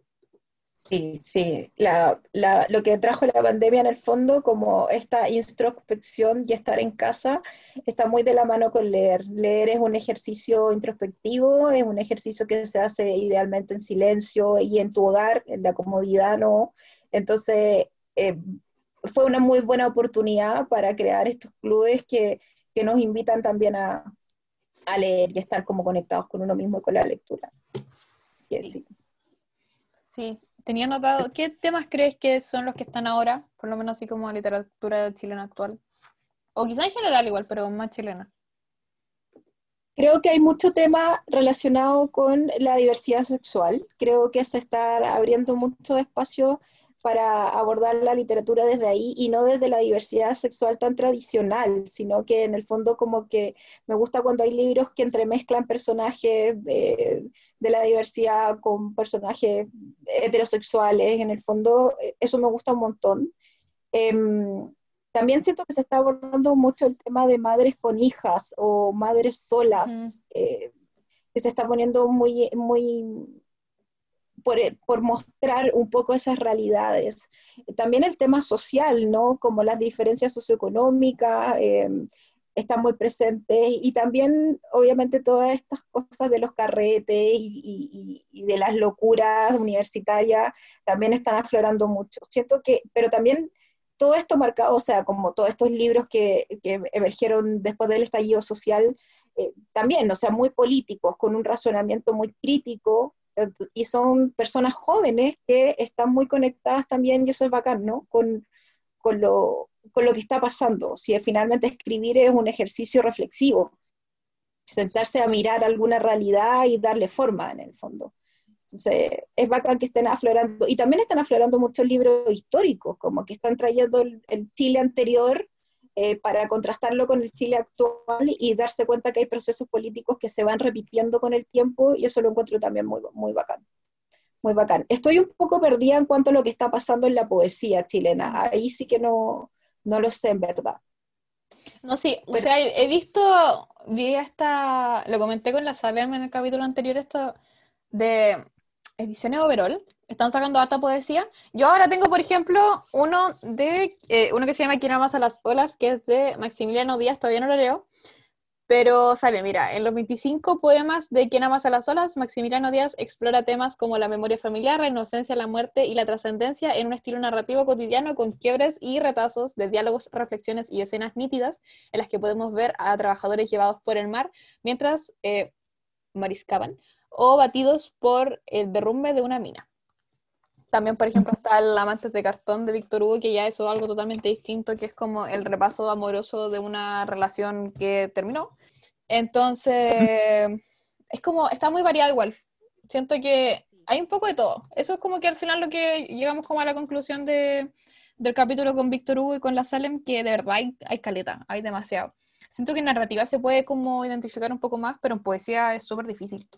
Sí, sí, la, la, lo que trajo la pandemia en el fondo, como esta introspección y estar en casa, está muy de la mano con leer. Leer es un ejercicio introspectivo, es un ejercicio que se hace idealmente en silencio y en tu hogar, en la comodidad, ¿no? Entonces, eh, fue una muy buena oportunidad para crear estos clubes que, que nos invitan también a, a leer y estar como conectados con uno mismo y con la lectura. Así que sí. Sí, tenía notado, ¿qué temas crees que son los que están ahora? Por lo menos así como literatura chilena actual. O quizá en general igual, pero más chilena. Creo que hay mucho tema relacionado con la diversidad sexual. Creo que se está abriendo mucho espacio para abordar la literatura desde ahí y no desde la diversidad sexual tan tradicional, sino que en el fondo como que me gusta cuando hay libros que entremezclan personajes de, de la diversidad con personajes heterosexuales. En el fondo eso me gusta un montón. Eh, También siento que se está abordando mucho el tema de madres con hijas o madres solas, mm. eh, que se está poniendo muy, muy por, por mostrar un poco esas realidades. También el tema social, ¿no? Como las diferencias socioeconómicas eh, están muy presentes y también, obviamente, todas estas cosas de los carretes y, y, y de las locuras universitarias también están aflorando mucho. Siento que, pero también todo esto marcado, o sea, como todos estos libros que, que emergieron después del estallido social, eh, también, o sea, muy políticos, con un razonamiento muy crítico, eh, y son personas jóvenes que están muy conectadas también, y eso es bacán, ¿no? Con, con, lo, con lo que está pasando. Si finalmente escribir es un ejercicio reflexivo, sentarse a mirar alguna realidad y darle forma en el fondo. Entonces, es bacán que estén aflorando, y también están aflorando muchos libros históricos, como que están trayendo el, el Chile anterior eh, para contrastarlo con el Chile actual y darse cuenta que hay procesos políticos que se van repitiendo con el tiempo, y eso lo encuentro también muy, muy bacán. Muy bacán. Estoy un poco perdida en cuanto a lo que está pasando en la poesía chilena, ahí sí que no, no lo sé en verdad. No, sí, o Pero, sea, he visto, vi esta, lo comenté con la Salem en el capítulo anterior, esto de Ediciones Overall, están sacando harta poesía. Yo ahora tengo, por ejemplo, uno de eh, uno que se llama ¿Quién ama más a las olas?, que es de Maximiliano Díaz, todavía no lo leo, pero sale, mira, en los veinticinco poemas de ¿Quién ama más a las olas?, Maximiliano Díaz explora temas como la memoria familiar, la inocencia, la muerte y la trascendencia en un estilo narrativo cotidiano con quiebres y retazos de diálogos, reflexiones y escenas nítidas en las que podemos ver a trabajadores llevados por el mar mientras eh, mariscaban o batidos por el derrumbe de una mina. También, por ejemplo, está el Amantes de cartón de Víctor Hugo, que ya eso es algo totalmente distinto, que es como el repaso amoroso de una relación que terminó. Entonces, es como, está muy variado igual. Siento que hay un poco de todo. Eso es como que al final lo que llegamos como a la conclusión de, del capítulo con Víctor Hugo y con la Salem, que de verdad hay, hay caleta, hay demasiado. Siento que en narrativa se puede como identificar un poco más, pero en poesía es súper difícil.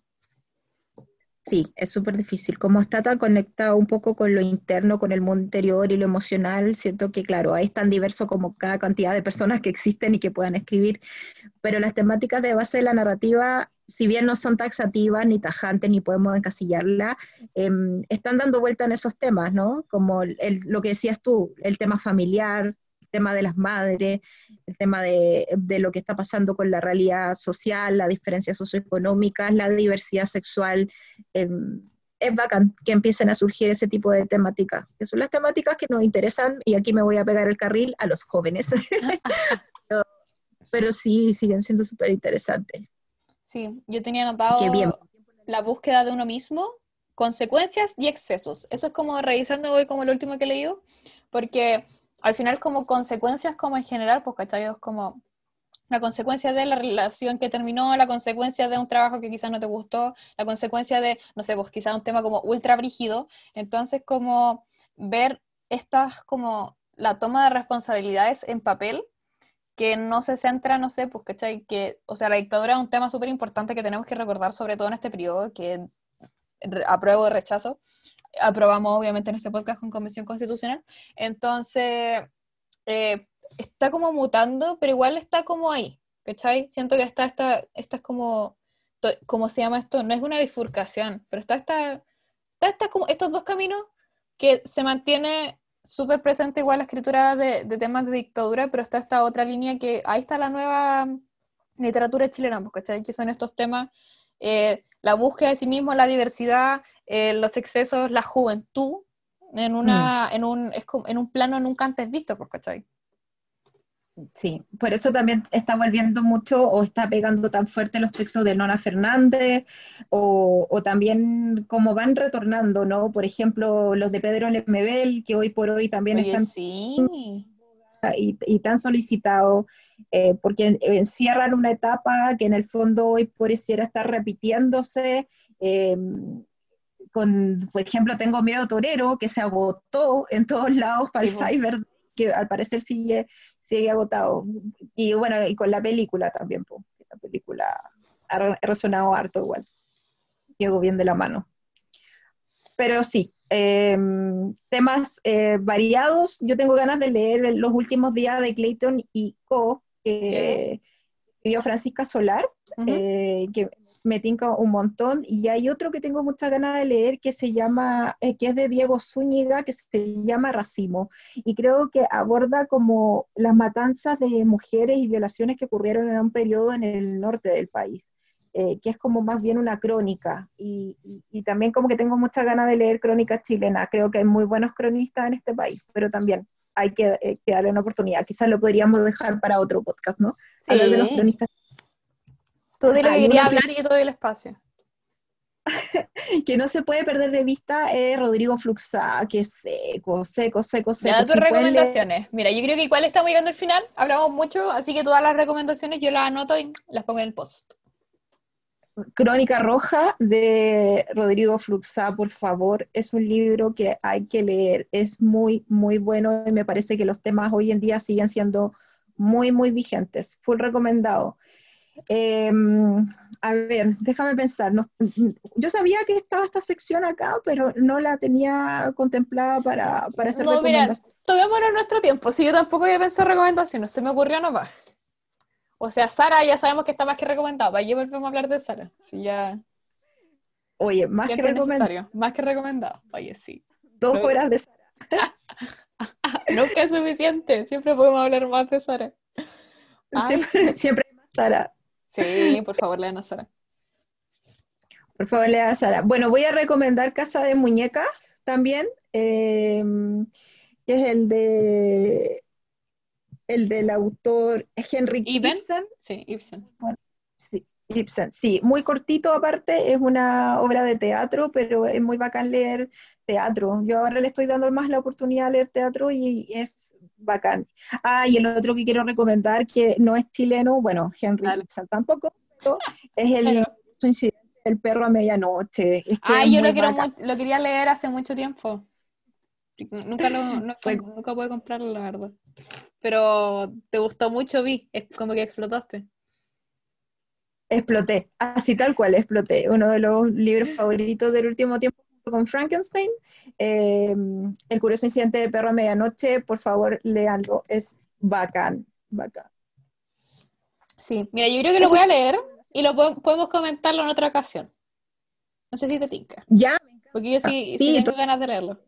Sí, es súper difícil. Como está tan conectado un poco con lo interno, con el mundo interior y lo emocional, siento que, claro, ahí es tan diverso como cada cantidad de personas que existen y que puedan escribir, pero las temáticas de base de la narrativa, si bien no son taxativas ni tajantes, ni podemos encasillarla, eh, están dando vuelta en esos temas, ¿no? Como el, el, lo que decías tú, el tema familiar, el tema de las madres, el tema de, de lo que está pasando con la realidad social, las diferencias socioeconómicas, la diversidad sexual. Eh, es bacán que empiecen a surgir ese tipo de temáticas, que son las temáticas que nos interesan, y aquí me voy a pegar el carril a los jóvenes. pero, pero sí, siguen siendo súper interesantes. Sí, yo tenía Qué bien. anotado la búsqueda de uno mismo, consecuencias y excesos. Eso es como revisando hoy como lo último que he leído, porque al final como consecuencias como en general, pues ¿cachai? Es como la consecuencia de la relación que terminó, la consecuencia de un trabajo que quizás no te gustó, la consecuencia de, no sé, pues quizás un tema como ultra brígido. Entonces como ver estas como la toma de responsabilidades en papel que no se centra, no sé, pues, ¿cachai? Que, o sea, la dictadura es un tema súper importante que tenemos que recordar, sobre todo en este periodo, que re- apruebo o rechazo. Aprobamos, obviamente, en este podcast con Convención Constitucional. Entonces, eh, está como mutando, pero igual está como ahí, ¿cachai? Siento que está esta, esta es como, to- ¿cómo se llama esto? No es una bifurcación, pero está esta, está esta como estos dos caminos que se mantiene súper presente igual la escritura de, de temas de dictadura, pero está esta otra línea que ahí está la nueva literatura chilena, pues, ¿cachai? Que son estos temas, eh, la búsqueda de sí mismo, la diversidad, eh, los excesos, la juventud, en Mm. una, en un, es como, en un plano nunca antes visto, pues, ¿cachai? Sí, por eso también está volviendo mucho o está pegando tan fuerte los textos de Nona Fernández, o, o también como van retornando, ¿no? Por ejemplo, los de Pedro Lemebel, que hoy por hoy también Oye, están sí. y, y tan solicitados, eh, porque encierran una etapa que en el fondo hoy pareciera estar repitiéndose. eh, con, por ejemplo, Tengo miedo torero, que se agotó en todos lados para Sí, el po. cyber, que al parecer sigue, sigue agotado. Y bueno, y con la película también, pues, la película ha resonado harto igual, llegó bien de la mano. Pero sí, eh, temas eh, variados. Yo tengo ganas de leer Los últimos días de Clayton y Co., ¿Qué? que escribió Francisca Solar, Ujú. eh, que me tinca un montón. Y hay otro que tengo muchas ganas de leer que se llama, eh, que es de Diego Zúñiga, que se llama Racimo. Y creo que aborda como las matanzas de mujeres y violaciones que ocurrieron en un periodo en el norte del país. Eh, que es como más bien una crónica, y, y, y también como que tengo muchas ganas de leer crónicas chilenas. Creo que hay muy buenos cronistas en este país, pero también hay que, eh, que darle una oportunidad. Quizás lo podríamos dejar para otro podcast, ¿no? Hablar de los Sí. cronistas. Tú di lo que Hay quería uno que, hablar y yo te doy el espacio. que no se puede perder de vista, es Rodrigo Fluxá, que es seco, seco, seco, Ya seco. da tus Si pueden leer recomendaciones. Mira, yo creo que igual estamos llegando al final. Hablamos mucho, así que todas las recomendaciones yo las anoto y las pongo en el post. Crónica Roja de Rodrigo Fluxá, por favor, es un libro que hay que leer. Es muy, muy bueno, y me parece que los temas hoy en día siguen siendo muy, muy vigentes. Full recomendado. Eh, a ver, déjame pensar. No, yo sabía que estaba esta sección acá, pero no la tenía contemplada para, para hacer No, mira, recomendaciones. tomémonos nuestro tiempo. Si yo tampoco había pensado recomendaciones, se me ocurrió nomás. O sea, Sara ya sabemos que está más que recomendada. ¿Para qué volvemos a hablar de Sara? Si ya. Oye, más que Siempre recomendado. necesario, más que recomendado. Oye, sí. Dos Lo- horas de Sara. Nunca es suficiente, siempre podemos hablar más de Sara. Ay, Siempre, sí. siempre hay más Sara. Sí, por favor, lean a Sara. Por favor, lea a Sara. Bueno, voy a recomendar Casa de Muñecas también, eh, que es el de el del autor Henrik Ibsen, Ibsen. sí, Ibsen. Bueno, sí, Ibsen, sí, muy cortito aparte, es una obra de teatro, pero es muy bacán leer teatro. Yo ahora le estoy dando más la oportunidad a leer teatro y es bacán. Ah, y el otro que quiero recomendar, que no es chileno, bueno, Henrik Dale. Ibsen tampoco, pero es el Pero, su incidente del perro a medianoche. Es que es ay, yo muy lo quiero bacán. mu- lo quería leer hace mucho tiempo. Nunca lo, no- Fue nunca pude comprarlo, la verdad. Pero te gustó mucho, vi, es como que explotaste. Exploté, así tal cual, exploté. Uno de los libros favoritos del último tiempo junto con Frankenstein. Eh, El curioso incidente de perro a medianoche, por favor, léanlo, es bacán, bacán. Sí, mira, yo creo que lo Esa voy es a una leer recomendación. y lo po- podemos comentarlo en otra ocasión. No sé si te tinca, Ya, porque yo sí, sí sí, tengo to- ganas de leerlo.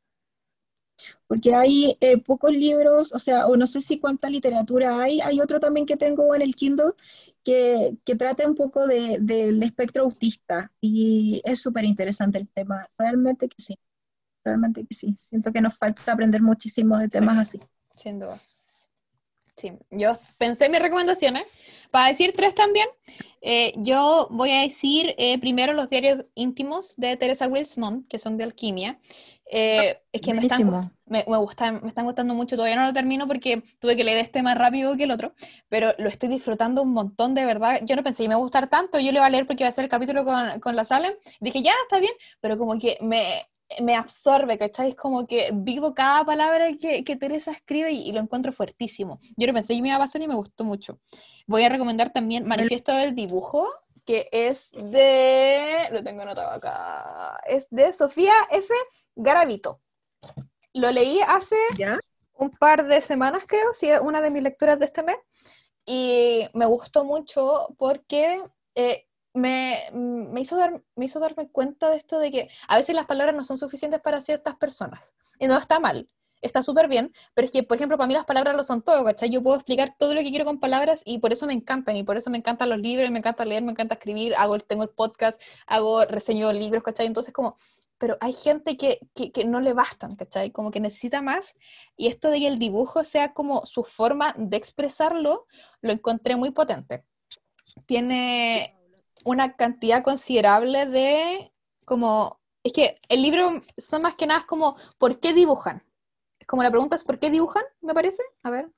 porque hay eh, pocos libros, o sea, o no sé si cuánta literatura hay. Hay otro también que tengo en el Kindle que, que trata un poco de, del espectro autista y es súper interesante el tema. Realmente que sí, realmente que sí. Siento que nos falta aprender muchísimo de Sí, temas así. sin duda. Sí, yo pensé en mis recomendaciones. Para decir tres también, eh, yo voy a decir eh, primero los diarios íntimos de Teresa Wilsmont, que son de alquimia. Eh, es que me están, gust- Buenísimo. me, me gustan, me están gustando mucho, todavía no lo termino porque tuve que leer este más rápido que el otro, pero lo estoy disfrutando un montón, de verdad. Yo no pensé que me iba a gustar tanto, yo lo iba a leer porque iba a ser el capítulo con, con la Salem. Dije, ya, está bien, pero como que me, me absorbe, ¿cachai? Es como que vivo cada palabra que, que Teresa escribe y, y lo encuentro fuertísimo. Yo no pensé que me iba a pasar y me gustó mucho. Voy a recomendar también Me lo- Manifiesto del Dibujo, que es de... Lo tengo anotado acá. Es de Sofía F. Garavito. Lo leí hace ¿Ya? un par de semanas, creo, sí, una de mis lecturas de este mes, y me gustó mucho porque eh, me, me, hizo dar, me hizo darme cuenta de esto de que a veces las palabras no son suficientes para ciertas personas. Y no está mal, está súper bien, pero es que, por ejemplo, para mí las palabras lo son todo, ¿cachai? Yo puedo explicar todo lo que quiero con palabras y por eso me encantan, y por eso me encantan los libros, me encanta leer, me encanta escribir, hago, tengo el podcast, hago reseño de libros, ¿cachai? Entonces como... Pero hay gente que, que, que no le bastan, ¿cachai? Como que necesita más, y esto de que el dibujo sea como su forma de expresarlo, lo encontré muy potente. Tiene una cantidad considerable de como... Es que el libro son más que nada como ¿por qué dibujan? Es como la pregunta es ¿por qué dibujan? Me parece. A ver.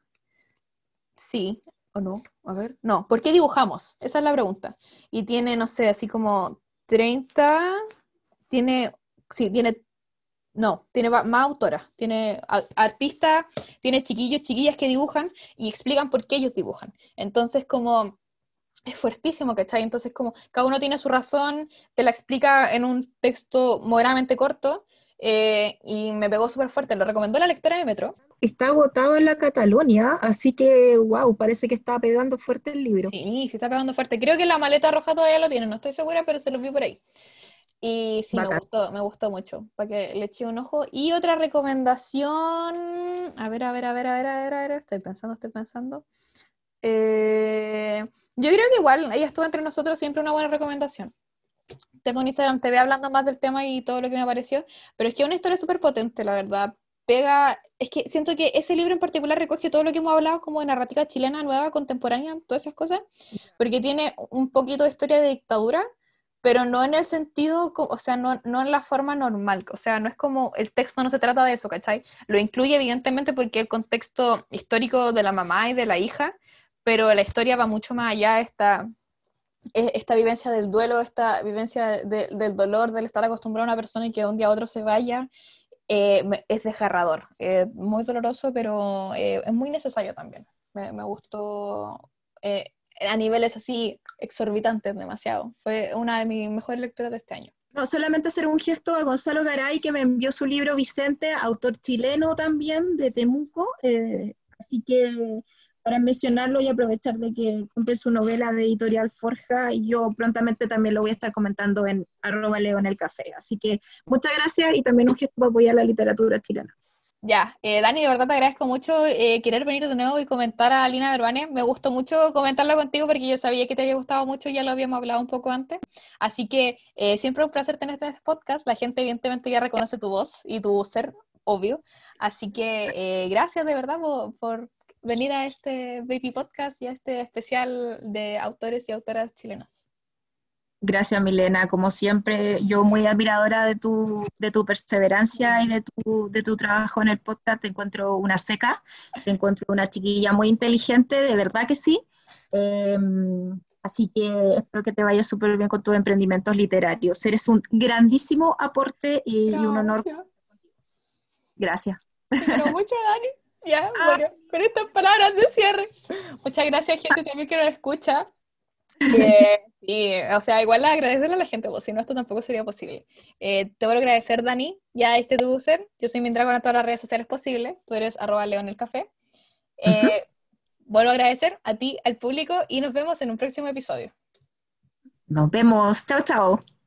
Sí o no. A ver. No, ¿por qué dibujamos? Esa es la pregunta. Y tiene, no sé, así como treinta. Tiene... Sí, tiene no, tiene más autoras, tiene artistas, tiene chiquillos, chiquillas que dibujan y explican por qué ellos dibujan. Entonces, como es fuertísimo, ¿cachai? Entonces, como cada uno tiene su razón, te la explica en un texto moderadamente corto, eh, y me pegó súper fuerte. Lo recomendó la lectora de Metro. Está agotado en la Catalonia, así que, wow, parece que está pegando fuerte el libro. Sí, sí está pegando fuerte. Creo que la maleta roja todavía lo tiene, no estoy segura, pero se lo vi por ahí. Y sí, me Bacán. gustó, me gustó mucho, para que le eche un ojo. Y otra recomendación, a ver, a ver, a ver, a ver, a ver, a ver, estoy pensando, estoy pensando. Eh, yo creo que igual, ella estuvo entre nosotros, siempre una buena recomendación. Tengo un Instagram T V hablando más del tema y todo lo que me pareció, pero es que es una historia súper potente, la verdad. Pega, es que siento que ese libro en particular recoge todo lo que hemos hablado como de narrativa chilena nueva, contemporánea, todas esas cosas, porque tiene un poquito de historia de dictadura, pero no en el sentido, o sea, no, no en la forma normal, o sea, no es como, el texto no se trata de eso, ¿cachai? Lo incluye evidentemente porque el contexto histórico de la mamá y de la hija, pero la historia va mucho más allá, esta, esta vivencia del duelo, esta vivencia de, del dolor, del estar acostumbrado a una persona y que de un día a otro se vaya, eh, es desgarrador, eh, muy doloroso, pero eh, es muy necesario también. Me, me gustó eh, a niveles así exorbitantes demasiado. Fue una de mis mejores lecturas de este año. No, solamente hacer un gesto a Gonzalo Garay, que me envió su libro Vicente, autor chileno también, de Temuco. Eh, así que para mencionarlo y aprovechar de que cumple su novela de Editorial Forja, y yo prontamente también lo voy a estar comentando en arroba leo en el café. Así que muchas gracias y también un gesto para apoyar la literatura chilena. Ya, eh, Dani, de verdad te agradezco mucho eh, querer venir de nuevo y comentar a Lina Verbane. Me gustó mucho comentarlo contigo porque yo sabía que te había gustado mucho, ya lo habíamos hablado un poco antes. Así que eh, siempre es un placer tenerte en este podcast. La gente evidentemente ya reconoce tu voz y tu ser, obvio. Así que eh, gracias de verdad por, por venir a este Baby Podcast y a este especial de autores y autoras chilenos. Gracias, Milena. Como siempre, yo muy admiradora de tu, de tu perseverancia y de tu, de tu trabajo en el podcast. Te encuentro una seca, te encuentro una chiquilla muy inteligente, de verdad que sí. Eh, Así que espero que te vaya súper bien con tus emprendimientos literarios. Eres un grandísimo aporte y, y un honor. Gracias. Gracias. Te quiero mucho, Dani. Ya, Ah, bueno, con estas palabras de cierre. Muchas gracias, gente, también que nos escucha. Eh, sí, o sea, igual agradecerle a la gente, pues si no, esto tampoco sería posible. Eh, te vuelvo a agradecer, Dani. Ya este tu user. Yo soy Mindragon en todas las redes sociales posibles. Tú eres arroba león el café. ujú. Eh, vuelvo a agradecer a ti, al público, y nos vemos en un próximo episodio. Nos vemos. Chao, chao.